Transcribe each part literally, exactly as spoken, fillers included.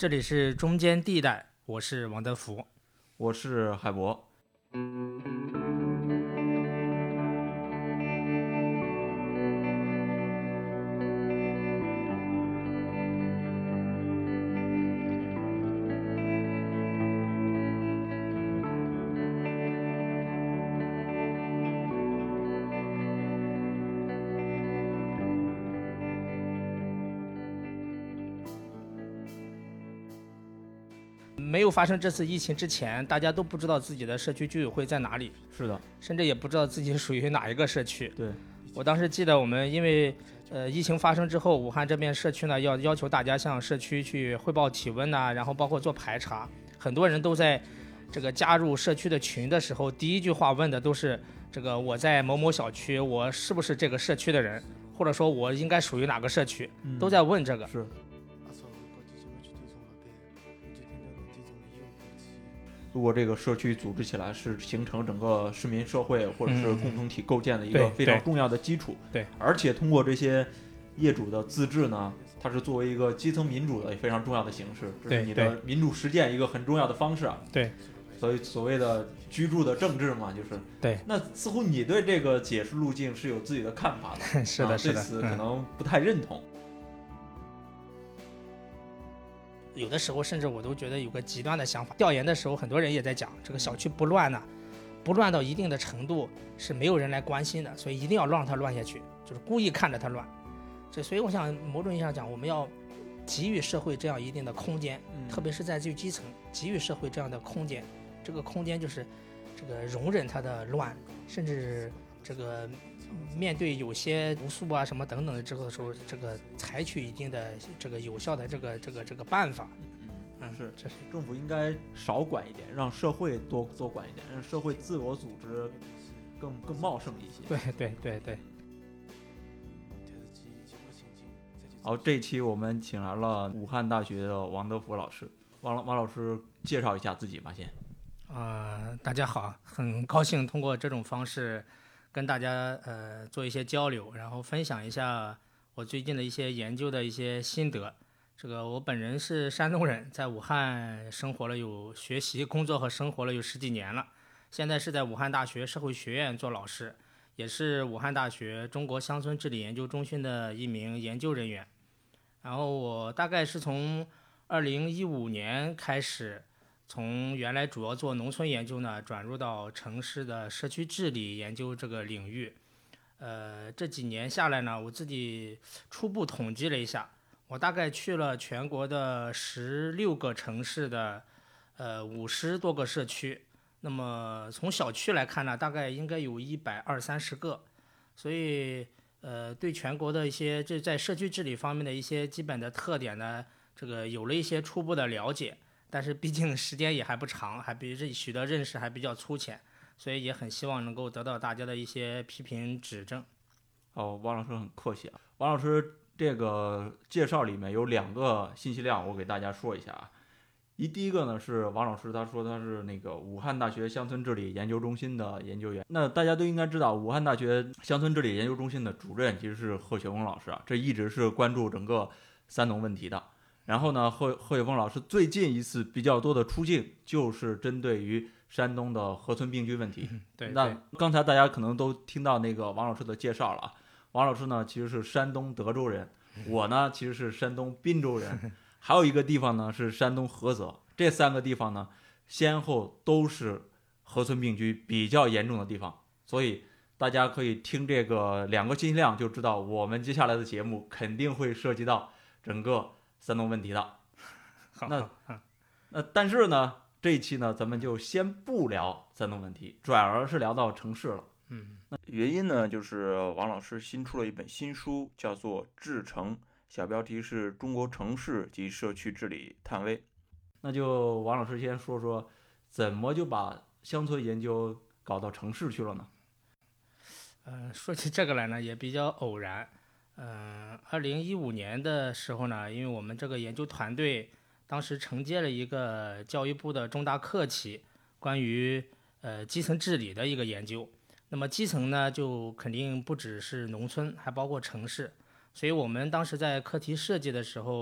这里是中间地带，我是王德福， 我是海博。 没有发生这次疫情之前，大家都不知道自己的社区居委会在哪里， 是的， 甚至也不知道自己属于哪一个社区。 对， 我当时记得我们因为呃疫情发生之后，武汉这边社区呢要要求大家向社区去汇报体温呐、啊，然后包括做排查，很多人都在这个加入社区的群的时候，第一句话问的都是这个我在某某小区，我是不是这个社区的人，或者说我应该属于哪个社区， 嗯、 都在问这个。 是。如果这个社区组织起来，是形成整个市民社会或者是共同体构建的一个非常重要的基础。 对， 而且通过这些业主的自治呢，它是作为一个基层民主的非常重要的形式，这是你的民主实践一个很重要的方式啊。 对， 所以所谓的居住的政治嘛，就是对。 那似乎你对这个解释路径是有自己的看法的， 是的， 啊、 是的， 对此可能不太认同。 嗯有的时候甚至我都觉得有个极端的想法，调研的时候很多人也在讲，这个小区不乱呢，不乱到一定的程度是没有人来关心的，所以一定要让它乱下去，就是故意看着它乱。这所以我想某种意义上讲，我们要给予社会这样一定的空间， 嗯、 特别是在最基层，给予社会这样的空间，这个空间就是这个容忍它的乱，甚至这个面对有些毒素啊什么等等的这个时候，这个采取一定的这个有效的这个这个这个办法。 嗯，是，这是政府应该少管一点，让社会多多管一点，让社会自我组织更更茂盛一些。 对对对对。 好，这一期我们请来了武汉大学的王德福老师，王王老师介绍一下自己吧，先。 呃，大家好，很高兴通过这种方式跟大家呃做一些交流，然后分享一下我最近的一些研究的一些心得。这个我本人是山东人，在武汉生活了有学习、工作和生活了有十几年了，现在是在武汉大学社会学院做老师，也是武汉大学中国乡村治理研究中心的一名研究人员。然后我大概是从二零一五年开始，从原来主要做农村研究呢，转入到城市的社区治理研究这个领域。呃，这几年下来呢，我自己初步统计了一下，我大概去了全国的十六个城市的呃五十多个社区。那么从小区来看呢，大概应该有一百二三十个，所以呃对全国的一些这在社区治理方面的一些基本的特点呢，这个有了一些初步的了解。但是毕竟时间也还不长，还比许多认识还比较粗浅，所以也很希望能够得到大家的一些批评指正。 哦，王老师很客气啊。王老师这个介绍里面有两个信息量，我给大家说一下啊。一第一个呢是王老师他说他是那个武汉大学乡村治理研究中心的研究员。那大家都应该知道，武汉大学乡村治理研究中心的主任其实是贺雪峰老师啊，这一直是关注整个三农问题的。然后呢，贺贺雪峰老师最近一次比较多的出镜，就是针对于山东的河村并居问题。 嗯、对, 对。 那刚才大家可能都听到那个王老师的介绍了啊。王老师呢，其实是山东德州人，我呢其实是山东滨州人，还有一个地方呢是山东菏泽。这三个地方呢，先后都是河村并居比较严重的地方，所以大家可以听这个两个信息量，就知道我们接下来的节目肯定会涉及到整个三农问题的。那那但是呢，这一期呢，咱们就先不聊三农问题，转而是聊到城市了。 嗯， 那原因呢，就是王老师新出了一本新书，叫做《治城》，小标题是中国城市及社区治理探微。 那就王老师先说说，怎么就把乡村研究搞到城市去了呢？ 呃，说起这个来呢，也比较偶然。嗯、呃，二零一五年的时候呢，因为我们这个研究团队当时承接了一个教育部的重大课题，关于呃基层治理的一个研究。那么基层呢，就肯定不只是农村，还包括城市。所以我们当时在课题设计的时候，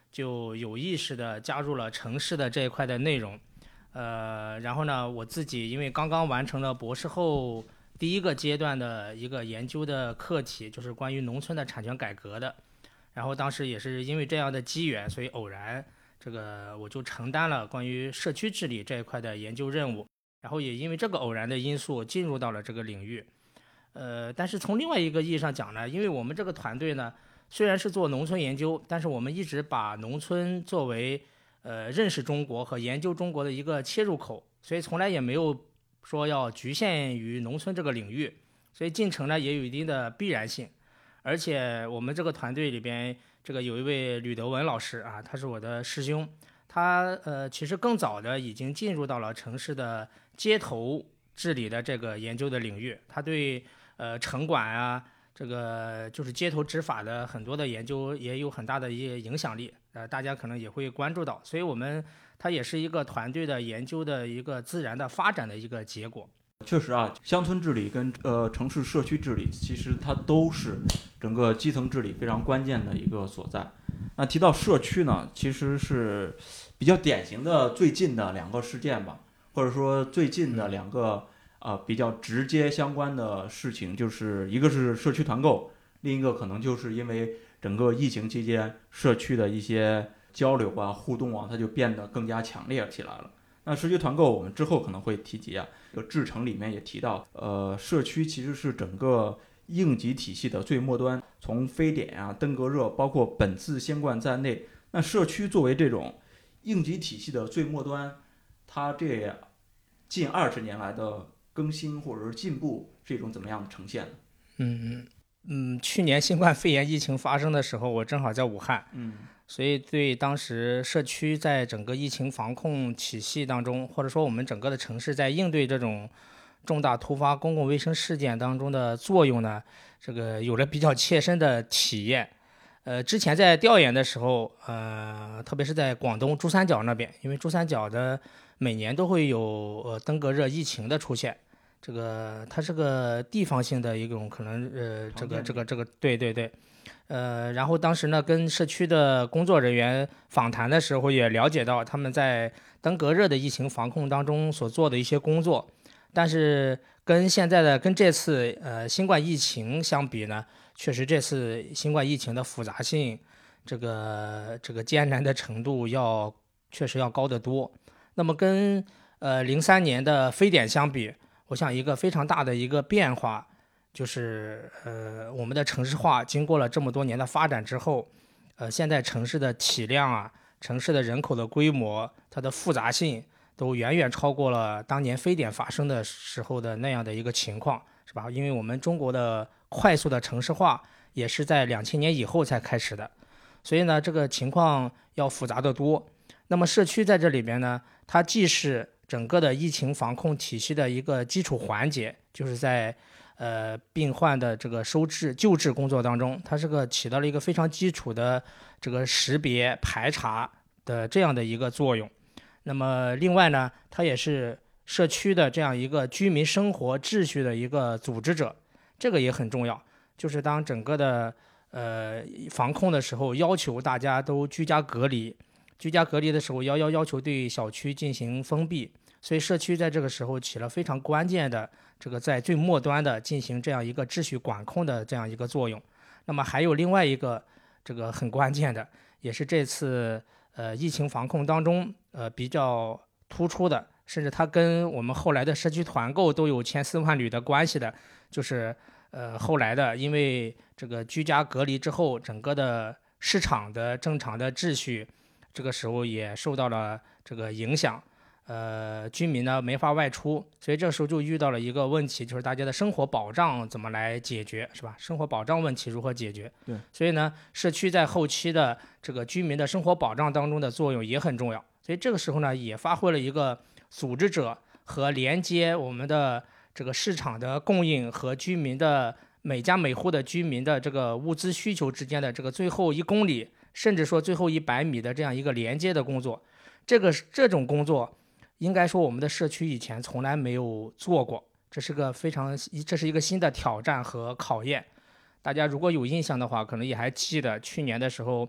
就有意识的加入了城市的这一块的内容。呃，然后呢，我自己因为刚刚完成了博士后第一个阶段的一个研究的课题，就是关于农村的产权改革的。然后当时也是因为这样的机缘，所以偶然这个我就承担了关于社区治理这一块的研究任务。然后也因为这个偶然的因素进入到了这个领域。呃，但是从另外一个意义上讲呢，因为我们这个团队呢，虽然是做农村研究，但是我们一直把农村作为呃认识中国和研究中国的一个切入口，所以从来也没有说要局限于农村这个领域，所以进程呢也有一定的必然性。而且我们这个团队里边，这个有一位吕德文老师啊，他是我的师兄，他呃其实更早的已经进入到了城市的街头治理的这个研究的领域，他对呃城管啊，这个就是街头执法的很多的研究也有很大的一些影响力，呃大家可能也会关注到，所以我们它也是一个团队的研究的一个自然的发展的一个结果。 确实啊，乡村治理跟呃城市社区治理，其实它都是整个基层治理非常关键的一个所在。那提到社区呢，其实是比较典型的最近的两个事件吧，或者说最近的两个呃比较直接相关的事情，就是一个是社区团购，另一个可能就是因为整个疫情期间社区的一些交流啊、互动啊，它就变得更加强烈起来了。那社区团购我们之后可能会提及啊，这个制程里面也提到，呃，社区其实是整个应急体系的最末端，从非典啊、登革热，包括本次新冠在内，那社区作为这种应急体系的最末端，它这近二十年来的更新或者是进步是一种怎么样的呈现呢？ 嗯嗯，去年新冠肺炎疫情发生的时候，我正好在武汉， 嗯。 所以对当时社区在整个疫情防控体系当中，或者说我们整个的城市在应对这种重大突发公共卫生事件当中的作用呢，这个有了比较切身的体验。呃，之前在调研的时候，呃，特别是在广东珠三角那边，因为珠三角的每年都会有呃登革热疫情的出现，这个它是个地方性的一种可能，呃，这个这个这个，对对对。呃，然后当时呢，跟社区的工作人员访谈的时候，也了解到他们在登革热的疫情防控当中所做的一些工作，但是跟现在的跟这次呃新冠疫情相比呢，确实这次新冠疫情的复杂性，这个这个艰难的程度要确实要高得多。那么跟呃零三年的非典相比，我想一个非常大的一个变化。就是呃，我们的城市化经过了这么多年的发展之后，呃，现在城市的体量啊，城市的人口的规模，它的复杂性都远远超过了当年非典发生的时候的那样的一个情况，是吧？因为我们中国的快速的城市化也是在两千年以后才开始的，所以呢，这个情况要复杂得多。那么社区在这里边呢，它既是整个的疫情防控体系的一个基础环节，就是在呃，病患的这个收治救治工作当中，它是个起到了一个非常基础的这个识别排查的这样的一个作用。那么另外呢，它也是社区的这样一个居民生活秩序的一个组织者，这个也很重要。就是当整个的呃防控的时候，要求大家都居家隔离，居家隔离的时候要要要求对小区进行封闭，所以社区在这个时候起了非常关键的。这个在最末端的进行这样一个秩序管控的这样一个作用。那么还有另外一个这个很关键的，也是这次呃疫情防控当中呃比较突出的，甚至它跟我们后来的社区团购都有千丝万缕的关系的，就是呃后来的因为这个居家隔离之后，整个的市场的正常的秩序，这个时候也受到了这个影响。呃，居民呢没法外出，所以这时候就遇到了一个问题，就是大家的生活保障怎么来解决，是吧？生活保障问题如何解决？ 对， 所以呢，社区在后期的这个居民的生活保障当中的作用也很重要。所以这个时候呢，也发挥了一个组织者和连接我们的这个市场的供应和居民的每家每户的居民的这个物资需求之间的这个最后一公里，甚至说最后一百米的这样一个连接的工作。这个这种工作。应该说，我们的社区以前从来没有做过，这是个非常，这是一个新的挑战和考验。大家如果有印象的话，可能也还记得去年的时候，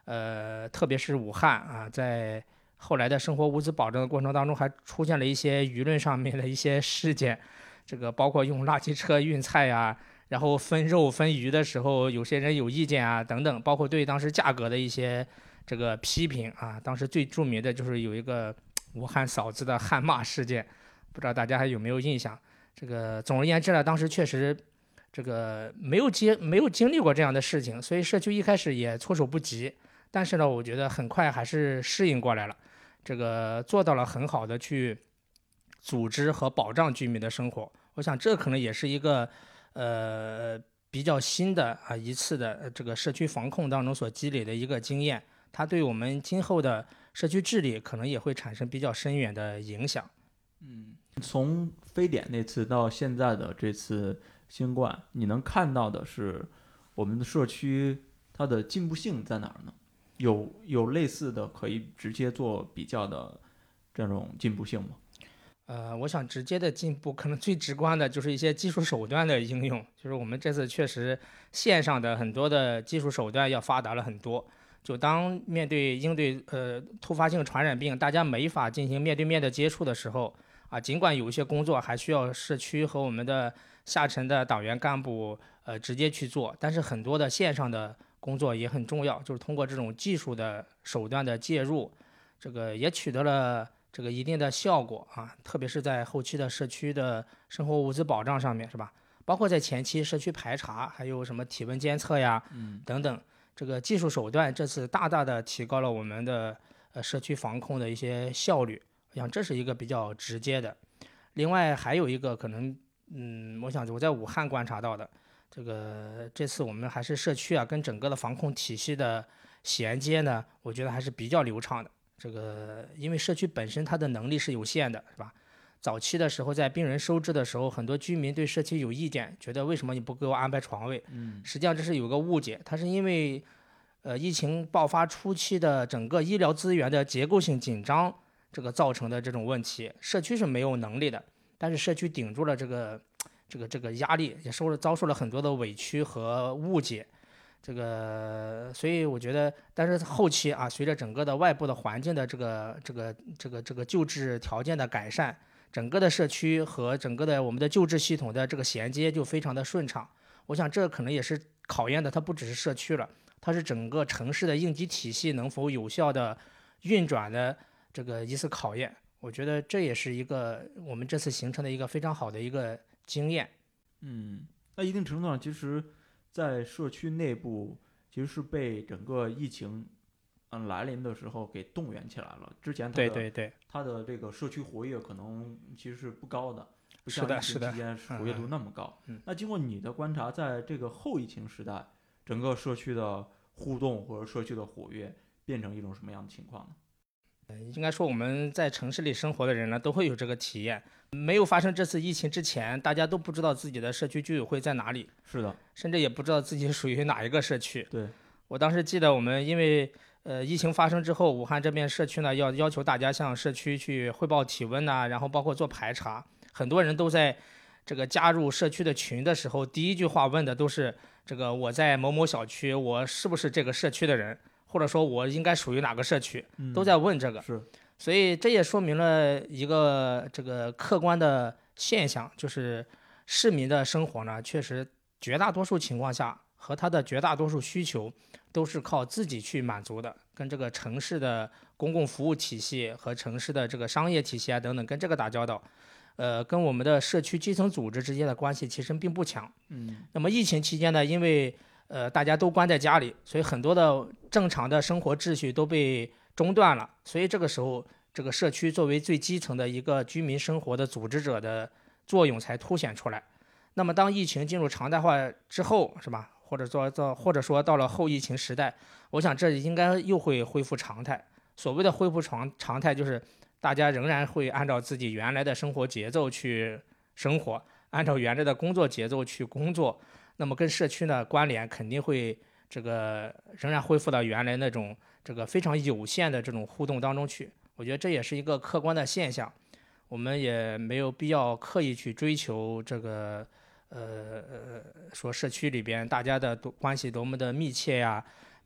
呃，特别是武汉啊，在后来的生活物资保证的过程当中，还出现了一些舆论上面的一些事件，这个包括用垃圾车运菜呀、啊，然后分肉分鱼的时候，有些人有意见啊等等，包括对当时价格的一些这个批评啊。当时最著名的就是有一个武汉嫂子的悍骂事件，不知道大家还有没有印象？这个总而言之呢，当时确实。这个没有经没有经历过这样的事情，所以社区一开始也措手不及。但是呢，我觉得很快还是适应过来了，这个做到了很好的去组织和保障居民的生活。我想这可能也是一个呃比较新的啊一次的这个社区防控当中所积累的一个经验，它对我们今后的社区治理可能也会产生比较深远的影响。 嗯，从非典那次到现在的这次新冠，你能看到的是我们的社区它的进步性在哪儿呢？有有类似的可以直接做比较的这种进步性吗？ 呃，我想直接的进步，可能最直观的就是一些技术手段的应用，就是我们这次确实线上的很多的技术手段要发达了很多。就当面对应对呃突发性传染病，大家没法进行面对面的接触的时候，啊，尽管有一些工作还需要社区和我们的下沉的党员干部呃直接去做，但是很多的线上的工作也很重要，就是通过这种技术的手段的介入，这个也取得了这个一定的效果啊，特别是在后期的社区的生活物资保障上面，是吧？包括在前期社区排查，还有什么体温监测呀，等等，这个技术手段这次大大的提高了我们的呃社区防控的一些效率。我想这是一个比较直接的。另外还有一个可能，嗯，我想我在武汉观察到的，这个这次我们还是社区啊跟整个的防控体系的衔接呢，我觉得还是比较流畅的。这个因为社区本身它的能力是有限的，是吧？早期的时候在病人收治的时候，很多居民对社区有意见，觉得为什么你不给我安排床位？嗯，实际上这是有个误解，它是因为，呃，疫情爆发初期的整个医疗资源的结构性紧张，这个造成的这种问题，社区是没有能力的，但是社区顶住了这个这个这个压力，也受了遭受了很多的委屈和误解。这个，所以我觉得，但是后期啊，随着整个的外部的环境的这个这个这个这个救治条件的改善，整个的社区和整个的我们的救治系统的这个衔接就非常的顺畅。我想这可能也是考验的，它不只是社区了，它是整个城市的应急体系能否有效的运转的这个一次考验。我觉得这也是一个我们这次形成的一个非常好的一个经验。 嗯，那一定程度上，其实在社区内部其实是被整个疫情嗯来临的时候给动员起来了。之前它的对对对， 它的这个社区活跃可能其实是不高的，不是像疫情的是的期间活跃度那么高。 嗯嗯那经过你的观察，在这个后疫情时代，整个社区的互动或者社区的活跃变成一种什么样的情况呢？ 应该说我们在城市里生活的人呢，都会有这个体验。没有发生这次疫情之前，大家都不知道自己的社区居委会在哪里， 是的， 甚至也不知道自己属于哪一个社区。 对， 我当时记得我们因为呃疫情发生之后，武汉这边社区呢要要求大家向社区去汇报体温呐、然后包括做排查，很多人都在这个加入社区的群的时候，第一句话问的都是这个我在某某小区，我是不是这个社区的人？或者说我应该属于哪个社区，都在问这个。 是， 所以这也说明了一个这个客观的现象，就是市民的生活呢，确实绝大多数情况下和他的绝大多数需求都是靠自己去满足的，跟这个城市的公共服务体系和城市的这个商业体系啊等等跟这个打交道，呃，跟我们的社区基层组织之间的关系其实并不强。 嗯， 那么疫情期间呢，因为呃，大家都关在家里，所以很多的正常的生活秩序都被中断了。所以这个时候，这个社区作为最基层的一个居民生活的组织者的作用才凸显出来。那么，当疫情进入常态化之后，是吧？或者说到或者说到了后疫情时代，我想这应该又会恢复常态。所谓的恢复常常态，就是大家仍然会按照自己原来的生活节奏去生活，按照原来的工作节奏去工作。那么跟社区呢关联肯定会这个仍然恢复到原来那种这个非常有限的这种互动当中去。我觉得这也是一个客观的现象，我们也没有必要刻意去追求这个呃呃说社区里边大家的关系多么的密切呀，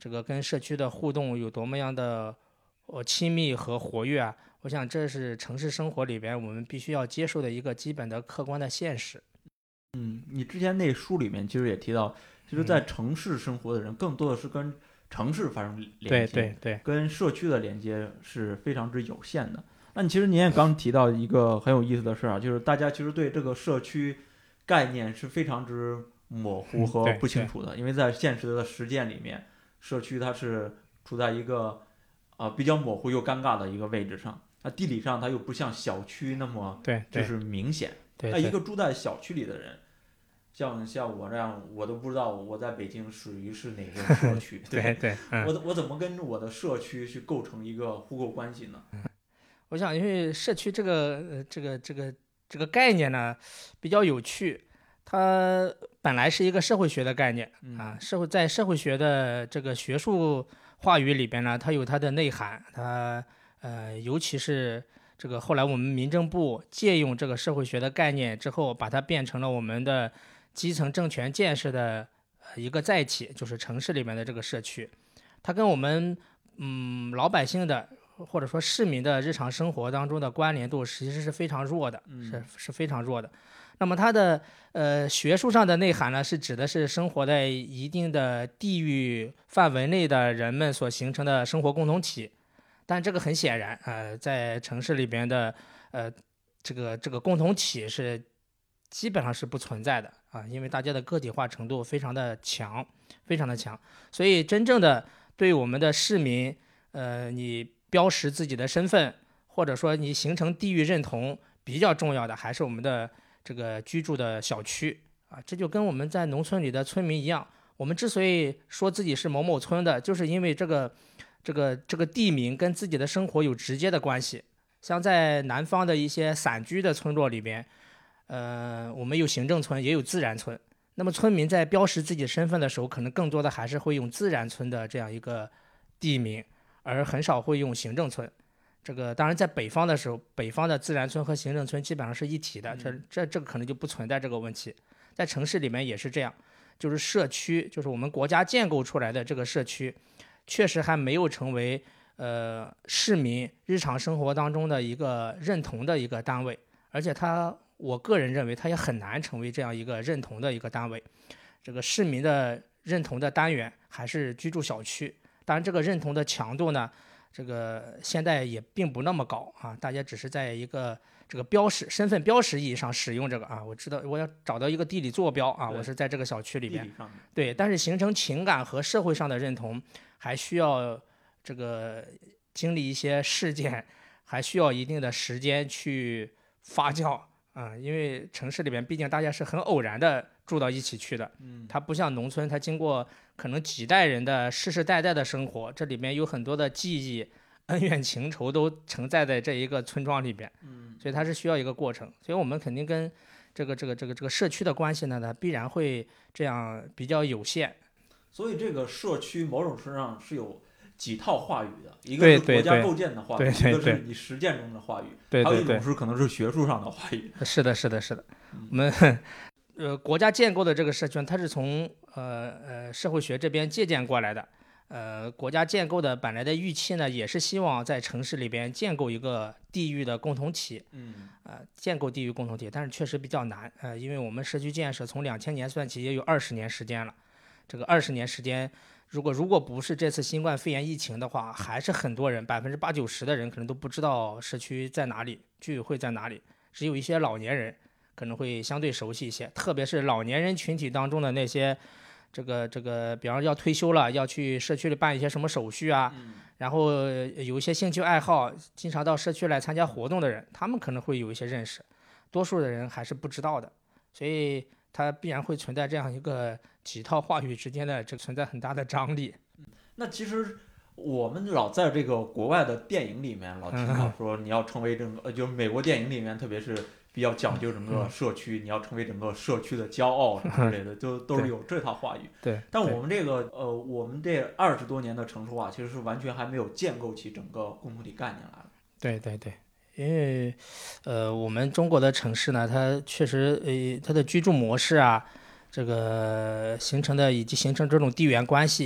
这个跟社区的互动有多么样的呃亲密和活跃啊，我想这是城市生活里边我们必须要接受的一个基本的客观的现实。 嗯，你之前那书里面其实也提到，其实，在城市生活的人更多的是跟城市发生连接， 对对对， 跟社区的连接是非常之有限的。那其实您也刚提到一个很有意思的事啊，就是大家其实对这个社区概念是非常之模糊和不清楚的，因为在现实的实践里面，社区它是处在一个呃比较模糊又尴尬的一个位置上，那地理上它又不像小区那么对就是明显。 对， 那一个住在小区里的人，像像我这样，我都不知道我在北京属于是哪个社区， 对对对，嗯、 我我怎么跟我的社区去构成一个互购关系呢？ 我想，因为社区这个呃这个这个这个概念呢比较有趣，它本来是一个社会学的概念啊，社会在社会学的这个学术话语里边呢，它有它的内涵，它呃尤其是这个后来我们民政部借用这个社会学的概念之后，把它变成了我们的基层政权建设的一个载体，就是城市里面的这个社区，它跟我们嗯老百姓的或者说市民的日常生活当中的关联度其实是非常弱的，是是非常弱的。那么它的呃学术上的内涵呢，是指的是生活在一定的地域范围内的人们所形成的生活共同体。但这个很显然，呃，在城市里边的呃这个这个共同体是基本上是不存在的啊，因为大家的个体化程度非常的强，非常的强。所以真正的对我们的市民，呃，你标识自己的身份，或者说你形成地域认同，比较重要的还是我们的这个居住的小区啊。这就跟我们在农村里的村民一样，我们之所以说自己是某某村的，就是因为这个这个这个地名跟自己的生活有直接的关系。像在南方的一些散居的村落里边，呃，我们有行政村，也有自然村。那么村民在标识自己身份的时候，可能更多的还是会用自然村的这样一个地名，而很少会用行政村。这个当然在北方的时候，北方的自然村和行政村基本上是一体的，这这这个可能就不存在这个问题。在城市里面也是这样，就是社区，就是我们国家建构出来的这个社区，确实还没有成为呃市民日常生活当中的一个认同的一个单位，而且它，我个人认为它也很难成为这样一个认同的一个单位。这个市民的认同的单元还是居住小区，当然这个认同的强度呢，这个现在也并不那么高啊，大家只是在一个这个标识身份标识意义上使用这个啊，我知道我要找到一个地理坐标啊，我是在这个小区里边，对，但是形成情感和社会上的认同，还需要这个经历一些事件，还需要一定的时间去发酵啊、嗯，因为城市里边毕竟大家是很偶然的住到一起去的，嗯，它不像农村，它经过可能几代人的世世代代的生活，这里面有很多的记忆、恩怨情仇都承载在这一个村庄里边，嗯，所以它是需要一个过程，所以我们肯定跟这个这个这个这个社区的关系呢，它必然会这样比较有限。 所以这个社区某种程度上是有几套话语的，一个是国家构建的话语， 对对对对， 一个是你实践中的话语， 对对对， 还有一种是可能是学术上的话语。 是的，是的，是的。嗯、我们呃国家建构的这个社区，它是从呃呃社会学这边借鉴过来的。呃，国家建构的本来的预期呢，也是希望在城市里边建构一个地域的共同体，嗯，呃，建构地域共同体，但是确实比较难，呃，因为我们社区建设从两千年算起也有二十年时间了，这个二十年时间，如果如果不是这次新冠肺炎疫情的话，还是很多人百分之八九十的人可能都不知道社区在哪里，居委会在哪里，只有一些老年人可能会相对熟悉一些，特别是老年人群体当中的那些。这个这个，比方说要退休了，要去社区里办一些什么手续啊，嗯、然后有一些兴趣爱好，经常到社区来参加活动的人，他们可能会有一些认识，多数的人还是不知道的，所以它必然会存在这样一个几套话语之间的这存在很大的张力。 那其实我们老在这个国外的电影里面老听到说，你要成为整个，就是美国电影里面，特别是。比较讲究整个社区，嗯、你要成为整个社区的骄傲什么之类的，都都是有这套话语。 对。 但我们这个呃，我们这二十多年的城市化，其实是完全还没有建构起整个共同体概念来的。 对对对，因为呃，我们中国的城市呢，它确实呃，它的居住模式啊，这个形成的以及形成这种地缘关系，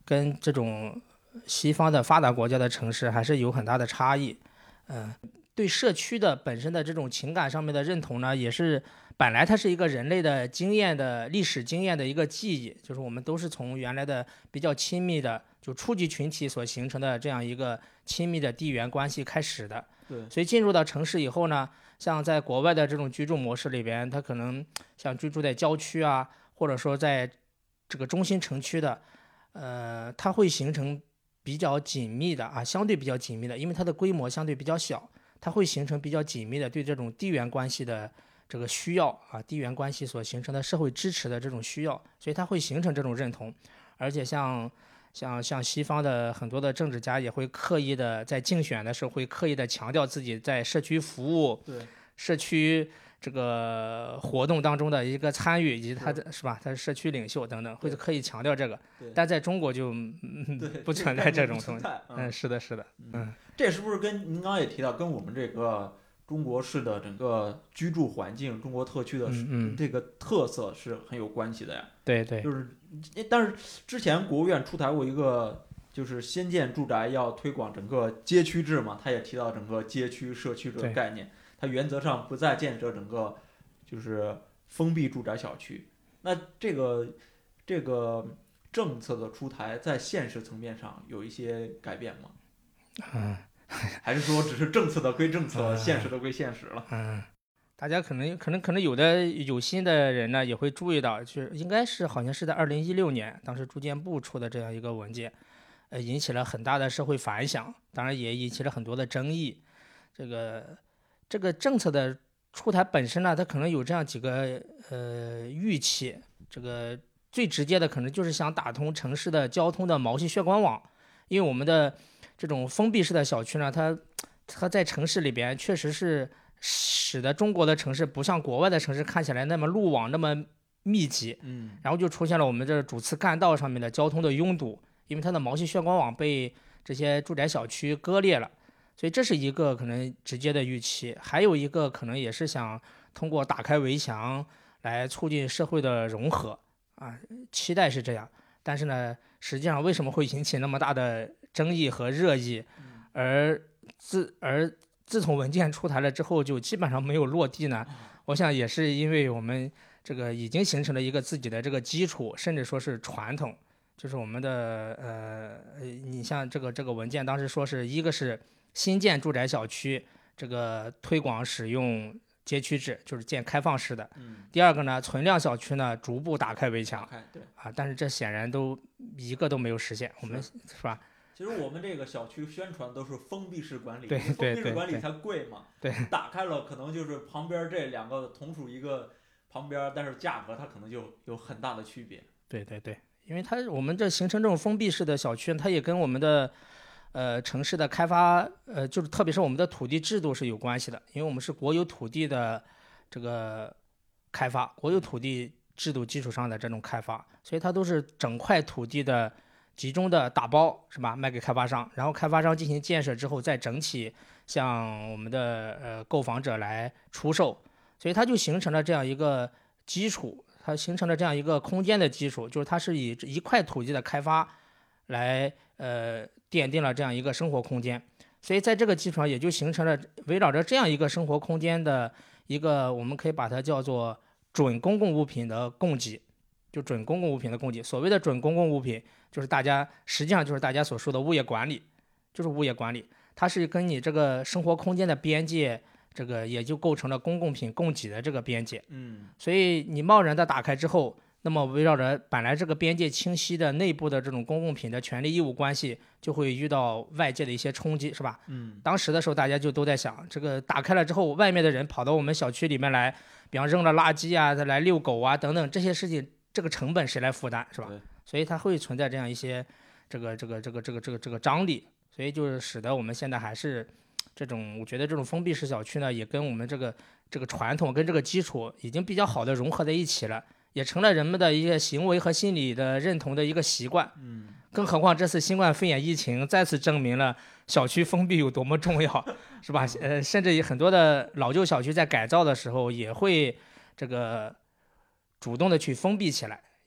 跟这种西方的发达国家的城市还是有很大的差异。嗯、呃，对社区的本身的这种情感上面的认同呢，也是本来它是一个人类的经验的历史经验的一个记忆，就是我们都是从原来的比较亲密的就初级群体所形成的这样一个亲密的地缘关系开始的。 对， 所以进入到城市以后呢，像在国外的这种居住模式里边，它可能像居住在郊区啊，或者说在这个中心城区的，呃，它会形成比较紧密的啊，相对比较紧密的，因为它的规模相对比较小，它会形成比较紧密的对这种地缘关系的这个需要啊，地缘关系所形成的社会支持的这种需要，所以它会形成这种认同。而且像像像西方的很多的政治家也会刻意的在竞选的时候会刻意的强调自己在社区服务、 对社区这个活动当中的一个参与，以及他的是吧，他是社区领袖等等，会刻意强调这个。但在中国就、嗯、不存在这种东西。嗯，是的，是的，嗯， 这是不是跟您刚刚也提到，跟我们这个中国式的整个居住环境、中国特区的这个特色是很有关系的呀？ 对对， 就是，但是之前国务院出台过一个，就是先建住宅要推广整个街区制嘛，他也提到整个街区社区这个概念，它原则上不再建设整个就是封闭住宅小区。那这个这个政策的出台，在现实层面上有一些改变吗？ 嗯， 还是说只是政策的归政策，嗯、现实的归现实了？ 嗯。大家可能可能可能有的有心的人呢，也会注意到，就是应该是好像是在二零一六年，当时住建部出的这样一个文件，呃，引起了很大的社会反响，当然也引起了很多的争议。这个这个政策的出台本身呢，它可能有这样几个呃预期，这个最直接的可能就是想打通城市的交通的毛细血管网，因为我们的这种封闭式的小区呢，它它在城市里边确实是使得中国的城市不像国外的城市看起来那么路网那么密集， 嗯， 然后就出现了我们这主次干道上面的交通的拥堵，因为它的毛细血管网被这些住宅小区割裂了，所以这是一个可能直接的预期。还有一个可能也是想通过打开围墙来促进社会的融合啊，期待是这样。但是呢，实际上为什么会引起那么大的争议和热议，而自而自从文件出台了之后，就基本上没有落地呢？我想也是因为我们这个已经形成了一个自己的这个基础，甚至说是传统，就是我们的呃，你像这个这个文件当时说是一个是新建住宅小区这个推广使用街区制，就是建开放式的。 嗯。 第二个呢，存量小区呢逐步打开围墙。 对。 啊，但是这显然都一个都没有实现，我们是吧？ 其实我们这个小区宣传都是封闭式管理， 对对对， 封闭式管理才贵嘛。 对， 打开了可能就是旁边这两个同属一个旁边，但是价格它可能就有很大的区别。 对对对，因为它我们这形成这种封闭式的小区，它也跟我们的呃城市的开发，呃就是特别是我们的土地制度是有关系的，因为我们是国有土地的这个开发，国有土地制度基础上的这种开发，所以它都是整块土地的集中的打包，是吧？卖给开发商，然后开发商进行建设之后，再整体向我们的呃购房者来出售，所以它就形成了这样一个基础，它形成了这样一个空间的基础，就是它是以一块土地的开发来呃奠定了这样一个生活空间，所以在这个基础上也就形成了围绕着这样一个生活空间的一个，我们可以把它叫做准公共物品的供给。就准公共物品的供给，所谓的准公共物品，就是大家实际上就是大家所说的物业管理，就是物业管理，它是跟你这个生活空间的边界，这个也就构成了公共品供给的这个边界。 嗯， 所以你贸然的打开之后，那么围绕着本来这个边界清晰的内部的这种公共品的权利义务关系，就会遇到外界的一些冲击，是吧？ 嗯， 当时的时候大家就都在想，这个打开了之后，外面的人跑到我们小区里面来，比方扔了垃圾啊，再来遛狗啊等等这些事情。这个成本谁来负担，是吧？所以它会存在这样一些这个这个这个这个这个这个张力，所以就是使得我们现在还是这种，我觉得这种封闭式小区呢，也跟我们这个这个传统跟这个基础已经比较好的融合在一起了，也成了人们的一些行为和心理的认同的一个习惯。 嗯， 更何况这次新冠肺炎疫情再次证明了小区封闭有多么重要，是吧？呃，甚至很多的老旧小区在改造的时候也会这个主动的去封闭起来，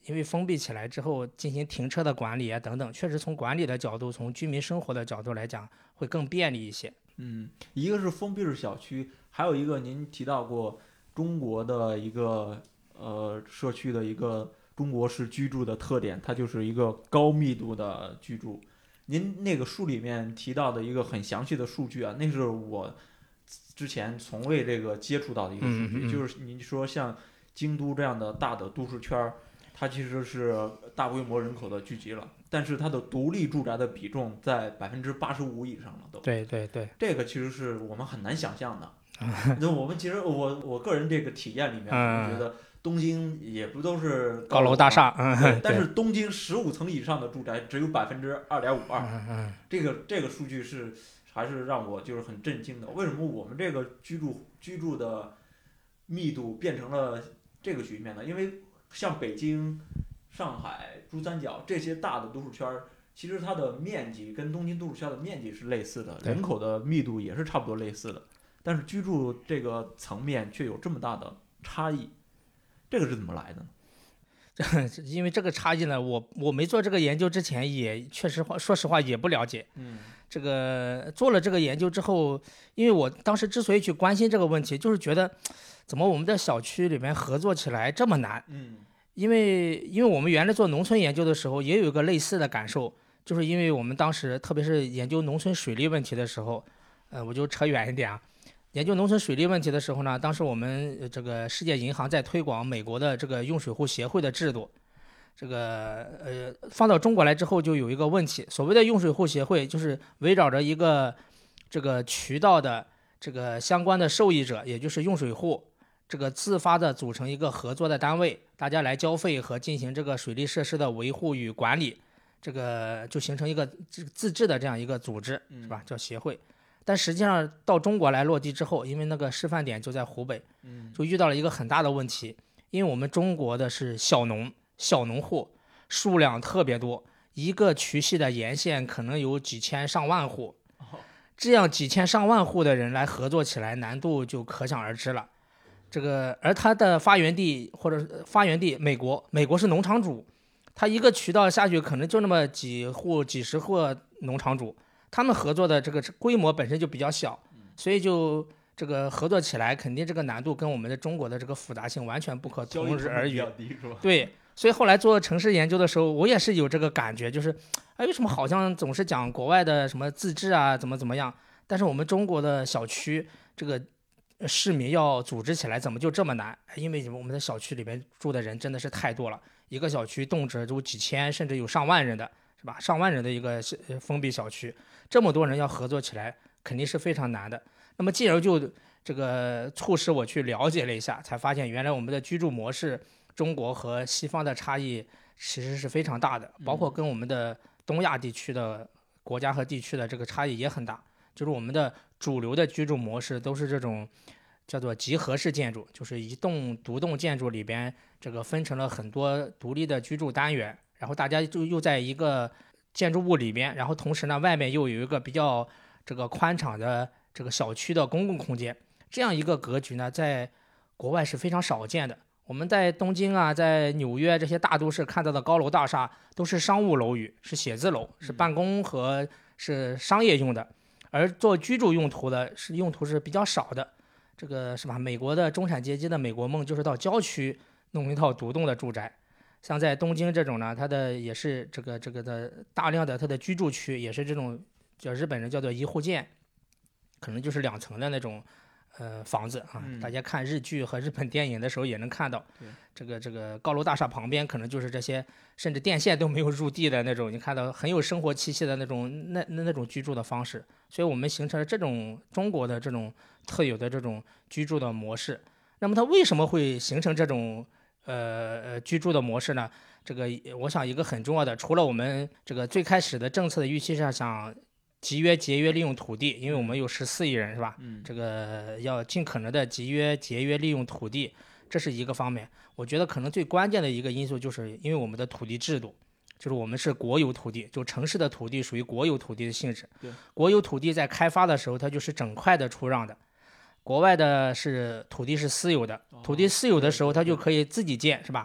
因为封闭起来之后进行停车的管理啊等等，确实从管理的角度，从居民生活的角度来讲，会更便利一些。 嗯，一个是封闭式小区，还有一个您提到过中国的一个呃社区的一个中国式居住的特点，它就是一个高密度的居住。您那个书里面提到的一个很详细的数据啊，那是我之前从未这个接触到的一个数据， 嗯嗯嗯就是您说像京都这样的大的都市圈儿，它其实是大规模人口的聚集了，但是它的独立住宅的比重在百分之八十五以上了都。 对对对， 这个其实是我们很难想象的。那我们其实我我个人这个体验里面，可能觉得东京也不都是高楼大厦， 嗯， 对， 但是东京十五层以上的住宅只有百分之二点五二， 嗯嗯， 这个这个数据是还是让我就是很震惊的。为什么我们这个居住居住的密度变成了这个局面呢？因为像北京、上海、珠三角这些大的都市圈儿，其实它的面积跟东京都市圈的面积是类似的，人口的密度也是差不多类似的，但是居住这个层面却有这么大的差异，这个是怎么来的呢？ 因为这个差异呢，我我没做这个研究之前，也确实话说实话也不了解。 嗯， 这个做了这个研究之后，因为我当时之所以去关心这个问题，就是觉得怎么我们的小区里面合作起来这么难。 嗯， 因为因为我们原来做农村研究的时候，也有一个类似的感受，就是因为我们当时特别是研究农村水利问题的时候，呃，我就扯远一点啊。研究农村水利问题的时候呢，当时我们这个世界银行在推广美国的这个用水户协会的制度，这个呃放到中国来之后就有一个问题，所谓的用水户协会就是围绕着一个这个渠道的这个相关的受益者，也就是用水户，这个自发的组成一个合作的单位，大家来交费和进行这个水利设施的维护与管理，这个就形成一个自治的这样一个组织，是吧？叫协会。但实际上到中国来落地之后，因为那个示范点就在湖北，就遇到了一个很大的问题，因为我们中国的是小农小农户，数量特别多，一个渠系的沿线可能有几千上万户，这样几千上万户的人来合作起来，难度就可想而知了。这个而它的发源地或者发源地美国，美国是农场主，它一个渠道下去可能就那么几户几十户农场主。他们合作的这个规模本身就比较小，所以就这个合作起来，肯定这个难度跟我们的中国的这个复杂性完全不可同日而语。对，所以后来做城市研究的时候，我也是有这个感觉，就是，哎，为什么好像总是讲国外的什么自治啊，怎么怎么样，但是我们中国的小区这个市民要组织起来，怎么就这么难？因为我们的小区里面住的人真的是太多了，一个小区动辄就几千，甚至有上万人的。是吧？上万人的一个封闭小区，这么多人要合作起来，肯定是非常难的。那么进而就这个促使我去了解了一下，才发现原来我们的居住模式，中国和西方的差异其实是非常大的，包括跟我们的东亚地区的国家和地区的这个差异也很大。就是我们的主流的居住模式都是这种叫做集合式建筑，就是一栋独栋建筑里边这个分成了很多独立的居住单元。然后大家就又在一个建筑物里面，然后同时呢，外面又有一个比较这个宽敞的这个小区的公共空间，这样一个格局呢，在国外是非常少见的。我们在东京啊，在纽约这些大都市看到的高楼大厦，都是商务楼宇，是写字楼，是办公和是商业用的，而做居住用途的是用途是比较少的。这个是吧？美国的中产阶级的美国梦就是到郊区弄一套独栋的住宅。像在东京这种呢，它的也是这个这个的大量的它的居住区也是这种叫日本人叫做一户建，可能就是两层的那种呃房子啊。 嗯、 大家看日剧和日本电影的时候也能看到，这个这个高楼大厦旁边可能就是这些甚至电线都没有入地的那种，你看到很有生活气息的那种那那那种居住的方式。所以我们形成了这种中国的这种特有的这种居住的模式。那么它为什么会形成这种呃呃居住的模式呢？这个我想一个很重要的，除了我们这个最开始的政策的预期上想集约节约利用土地，因为我们有十四亿人是吧？ 嗯， 这个要尽可能的集约节约利用土地，这是一个方面。我觉得可能最关键的一个因素，就是因为我们的土地制度，就是我们是国有土地，就城市的土地属于国有土地的性质。 对， 国有土地在开发的时候，它就是整块的出让的。国外的是土地是私有的，土地私有的时候，它就可以自己建，是吧？ 是。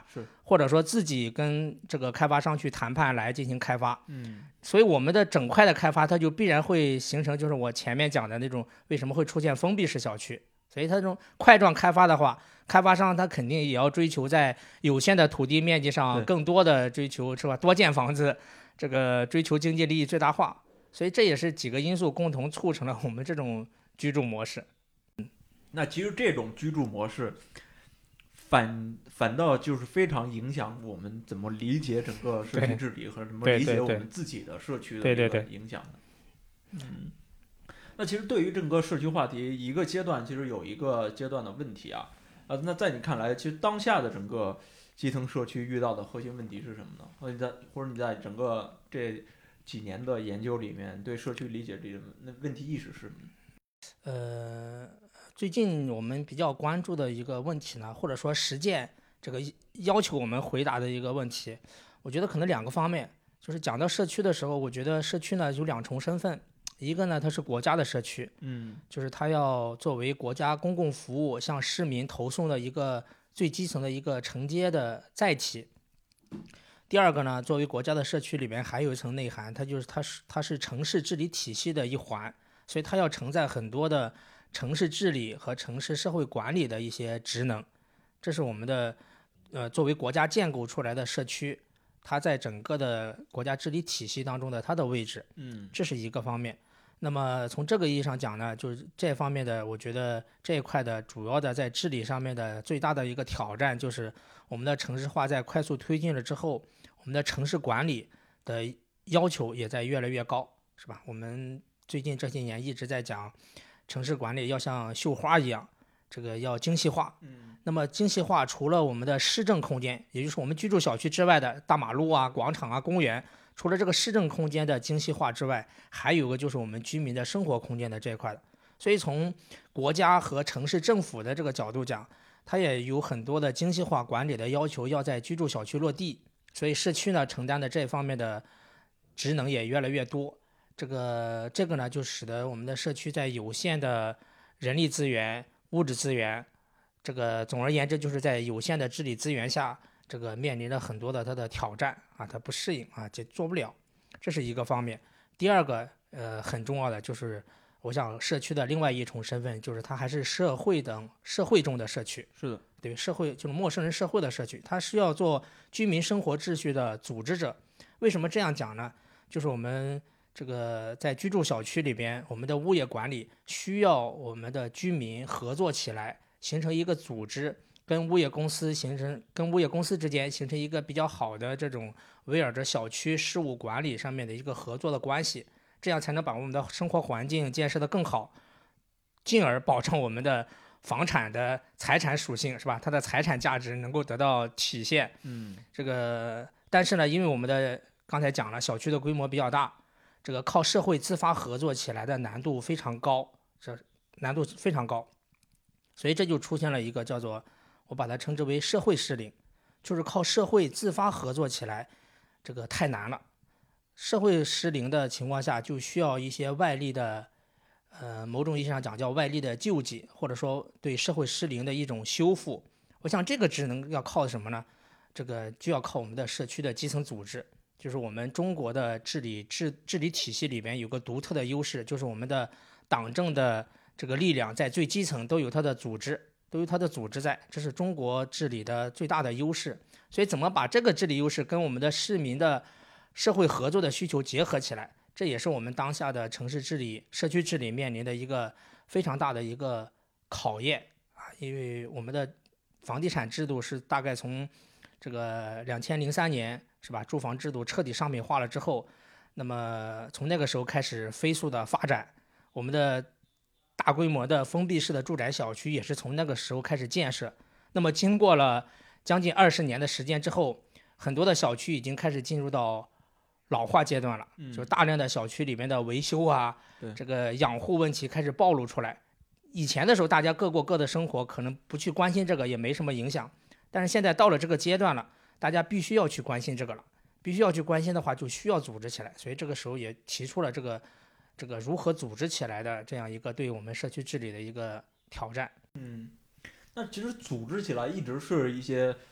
或者说自己跟这个开发商去谈判来进行开发。 嗯， 所以我们的整块的开发，它就必然会形成就是我前面讲的那种为什么会出现封闭式小区。所以它这种块状开发的话，开发商他肯定也要追求在有限的土地面积上更多的追求，是吧？多建房子，这个追求经济利益最大化。所以这也是几个因素共同促成了我们这种居住模式。 那其实这种居住模式反反倒就是非常影响我们怎么理解整个社区治理和怎么理解我们自己的社区的一个影响的。嗯，那其实对于整个社区话题，一个阶段其实有一个阶段的问题啊，呃，那在你看来，其实当下的整个基层社区遇到的核心问题是什么呢？或者你在或者你在整个这几年的研究里面，对社区理解这个问题意识是什么？ 呃，最近我们比较关注的一个问题呢，或者说实践这个要求我们回答的一个问题，我觉得可能两个方面。就是讲到社区的时候，我觉得社区呢有两重身份，一个呢它是国家的社区， 嗯， 就是它要作为国家公共服务向市民投送的一个最基层的一个承接的载体。第二个呢，作为国家的社区里面还有一层内涵，它就是它是它是城市治理体系的一环，所以它要承载很多的城市治理和城市社会管理的一些职能。这是我们的呃作为国家建构出来的社区，它在整个的国家治理体系当中的它的位置， 嗯， 这是一个方面。那么从这个意义上讲呢，就是这方面的，我觉得这一块的主要的在治理上面的最大的一个挑战，就是我们的城市化在快速推进了之后，我们的城市管理的要求也在越来越高，是吧？我们最近这些年一直在讲，城市管理要像绣花一样，这个要精细化。 嗯， 那么精细化除了我们的市政空间，也就是我们居住小区之外的大马路啊、广场啊、公园。除了这个市政空间的精细化之外，还有个就是我们居民的生活空间的这一块的。所以从国家和城市政府的这个角度讲，它也有很多的精细化管理的要求要在居住小区落地。所以社区呢承担的这方面的职能也越来越多。这个这个呢就使得我们的社区在有限的人力资源、物质资源，这个总而言之就是在有限的治理资源下，这个面临着很多的它的挑战啊，它不适应啊，这做不了，这是一个方面。第二个，呃，很重要的就是，我想社区的另外一重身份就是它还是社会等社会中的社区。 是的， 对，社会就是陌生人社会的社区，它是要做居民生活秩序的组织者。为什么这样讲呢？就是我们这个在居住小区里边，我们的物业管理需要我们的居民合作起来，形成一个组织。跟物业公司形成，跟物业公司之间形成一个比较好的这种围绕着小区事务管理上面的一个合作的关系，这样才能把我们的生活环境建设得更好，进而保证我们的房产的财产属性，是吧？它的财产价值能够得到体现。 嗯， 这个，但是呢，因为我们的刚才讲了，小区的规模比较大，这个靠社会自发合作起来的难度非常高，这难度非常高，所以这就出现了一个叫做。我把它称之为社会失灵，就是靠社会自发合作起来，这个太难了。社会失灵的情况下，就需要一些外力的，呃，某种意义上讲叫外力的救济，或者说对社会失灵的一种修复。我想这个职能要靠什么呢？这个就要靠我们的社区的基层组织。就是我们中国的治理治治理体系里边有个独特的优势，就是我们的党政的这个力量在最基层都有它的组织。都有它的组织在，这是中国治理的最大的优势。所以怎么把这个治理优势跟我们的市民的社会合作的需求结合起来，这也是我们当下的城市治理、社区治理面临的一个非常大的一个考验啊！因为我们的房地产制度是大概从这个两千零三年是吧，住房制度彻底商品化了之后，那么从那个时候开始飞速的发展，我们的大规模的封闭式的住宅小区也是从那个时候开始建设。那么经过了将近二十年的时间之后，很多的小区已经开始进入到老化阶段了， 嗯， 就大量的小区里面的维修啊，这个养护问题开始暴露出来。以前的时候大家各过各的生活，可能不去关心这个也没什么影响，但是现在到了这个阶段了，大家必须要去关心这个了，必须要去关心的话就需要组织起来。所以这个时候也提出了这个这个如何组织起来的这样一个对我们社区治理的一个挑战。 嗯，那其实组织起来一直是一些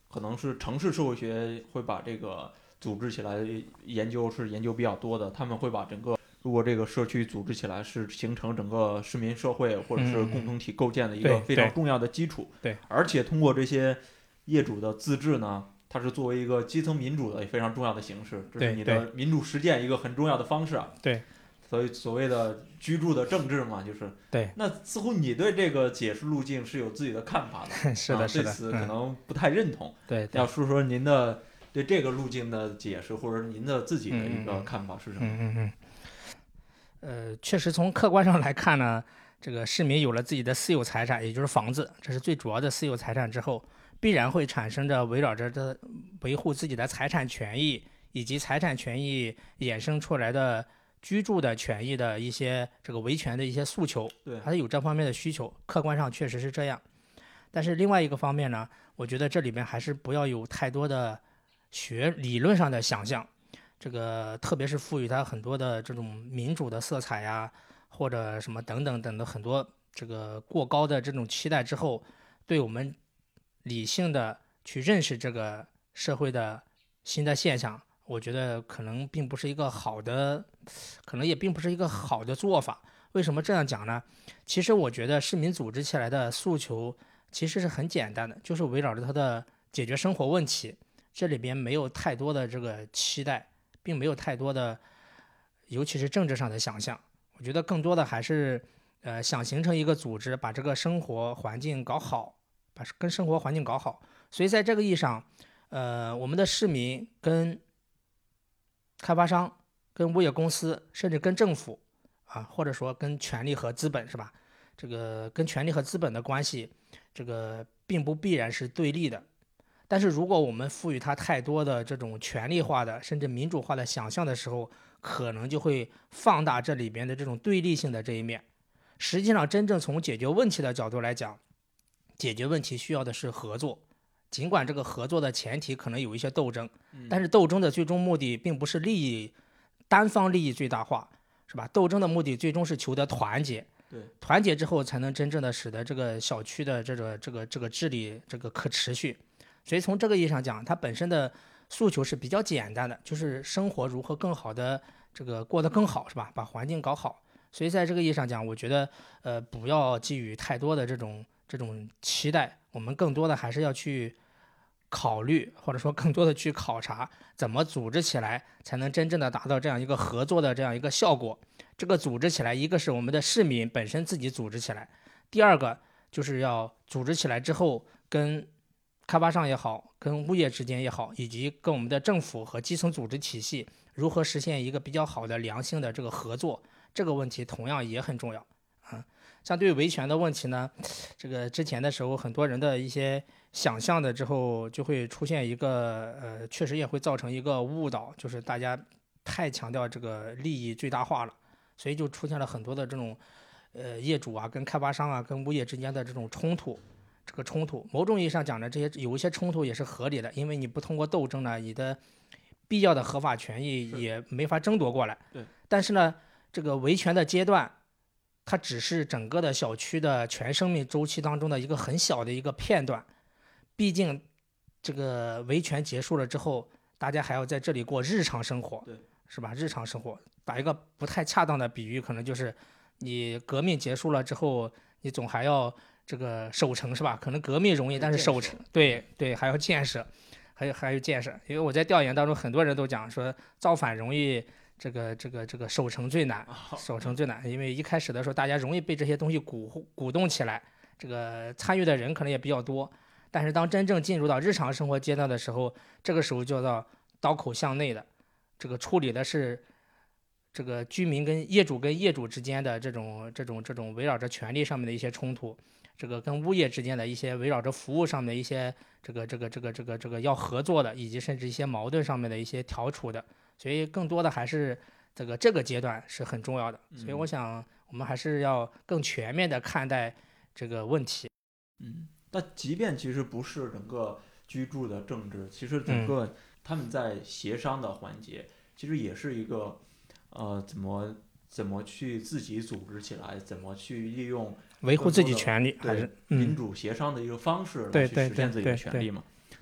可能是城市社会学会把这个组织起来研究是研究比较多的，他们会把整个如果这个社区组织起来是形成整个市民社会或者是共同体构建的一个非常重要的基础。 对， 而且通过这些业主的自治呢，它是作为一个基层民主的非常重要的形式，这是你的民主实践一个很重要的方式啊。 对， 所以所谓的居住的政治嘛，就是对。 那似乎你对这个解释路径是有自己的看法的， 是的，是的， 对此可能不太认同。 对， 要说说您的对这个路径的解释，或者是您的自己的一个看法是什么？ 嗯嗯嗯。呃，确实从客观上来看呢，这个市民有了自己的私有财产，也就是房子，这是最主要的私有财产之后，必然会产生着围绕着的维护自己的财产权益以及财产权益衍生出来的居住的权益的一些这个维权的一些诉求， 对， 还是有这方面的需求，客观上确实是这样。但是另外一个方面呢，我觉得这里面还是不要有太多的学理论上的想象，这个特别是赋予它很多的这种民主的色彩呀，或者什么等等等的很多这个过高的这种期待之后，对我们理性的去认识这个社会的新的现象，我觉得可能并不是一个好的，可能也并不是一个好的做法。为什么这样讲呢？其实我觉得市民组织起来的诉求其实是很简单的，就是围绕着它的解决生活问题，这里边没有太多的这个期待，并没有太多的，尤其是政治上的想象。我觉得更多的还是，呃，想形成一个组织，把这个生活环境搞好，把跟生活环境搞好。所以在这个意义上，呃，我们的市民跟开发商、跟物业公司，甚至跟政府啊，或者说跟权力和资本，是吧？这个跟权力和资本的关系，这个并不必然是对立的。但是如果我们赋予它太多的这种权力化的甚至民主化的想象的时候，可能就会放大这里边的这种对立性的这一面。实际上真正从解决问题的角度来讲，解决问题需要的是合作，尽管这个合作的前提可能有一些斗争，但是斗争的最终目的并不是利益单方利益最大化，是吧？斗争的目的最终是求得团结， 对， 团结之后才能真正的使得这个小区的这个这个这个治理这个可持续。所以从这个意义上讲，它本身的诉求是比较简单的，就是生活如何更好的这个过得更好，是吧？把环境搞好。所以在这个意义上讲，我觉得呃不要寄予太多的这种这种期待，我们更多的还是要去考虑，或者说更多的去考察，怎么组织起来才能真正的达到这样一个合作的这样一个效果。这个组织起来，一个是我们的市民本身自己组织起来，第二个就是要组织起来之后跟开发商也好，跟物业之间也好，以及跟我们的政府和基层组织体系如何实现一个比较好的良性的这个合作，这个问题同样也很重要啊。像对维权的问题呢，这个之前的时候很多人的一些想象的之后，就会出现一个呃，确实也会造成一个误导，就是大家太强调这个利益最大化了，所以就出现了很多的这种呃业主啊跟开发商啊跟物业之间的这种冲突。这个冲突，某种意义上讲呢，这些有一些冲突也是合理的，因为你不通过斗争呢，你的必要的合法权益也没法争夺过来。 对。 但是呢，这个维权的阶段，它只是整个的小区的全生命周期当中的一个很小的一个片段。毕竟，这个维权结束了之后，大家还要在这里过日常生活，是吧？日常生活，打一个不太恰当的比喻，可能就是你革命结束了之后，你总还要这个守城，是吧？可能革命容易，但是守城，对对，还要建设，还有还有建设。因为我在调研当中，很多人都讲说，造反容易，这个这个这个守城最难，守城最难。因为一开始的时候，大家容易被这些东西鼓鼓动起来，这个参与的人可能也比较多。但是当真正进入到日常生活阶段的时候，这个时候就要刀口向内的，这个处理的是这个居民跟业主跟业主之间的这种这种这种围绕着权利上面的一些冲突。这个跟物业之间的一些围绕着服务上面的一些这个这个这个这个这个要合作的，以及甚至一些矛盾上面的一些调处的，所以更多的还是这个这个阶段是很重要的。所以我想我们还是要更全面的看待这个问题。 嗯，但即便其实不是整个居住的政治，其实整个他们在协商的环节，嗯、其实也是一个呃怎么怎么去自己组织起来，怎么去利用。 维护自己权利，还是民主协商的一个方式来去实现自己的权利嘛？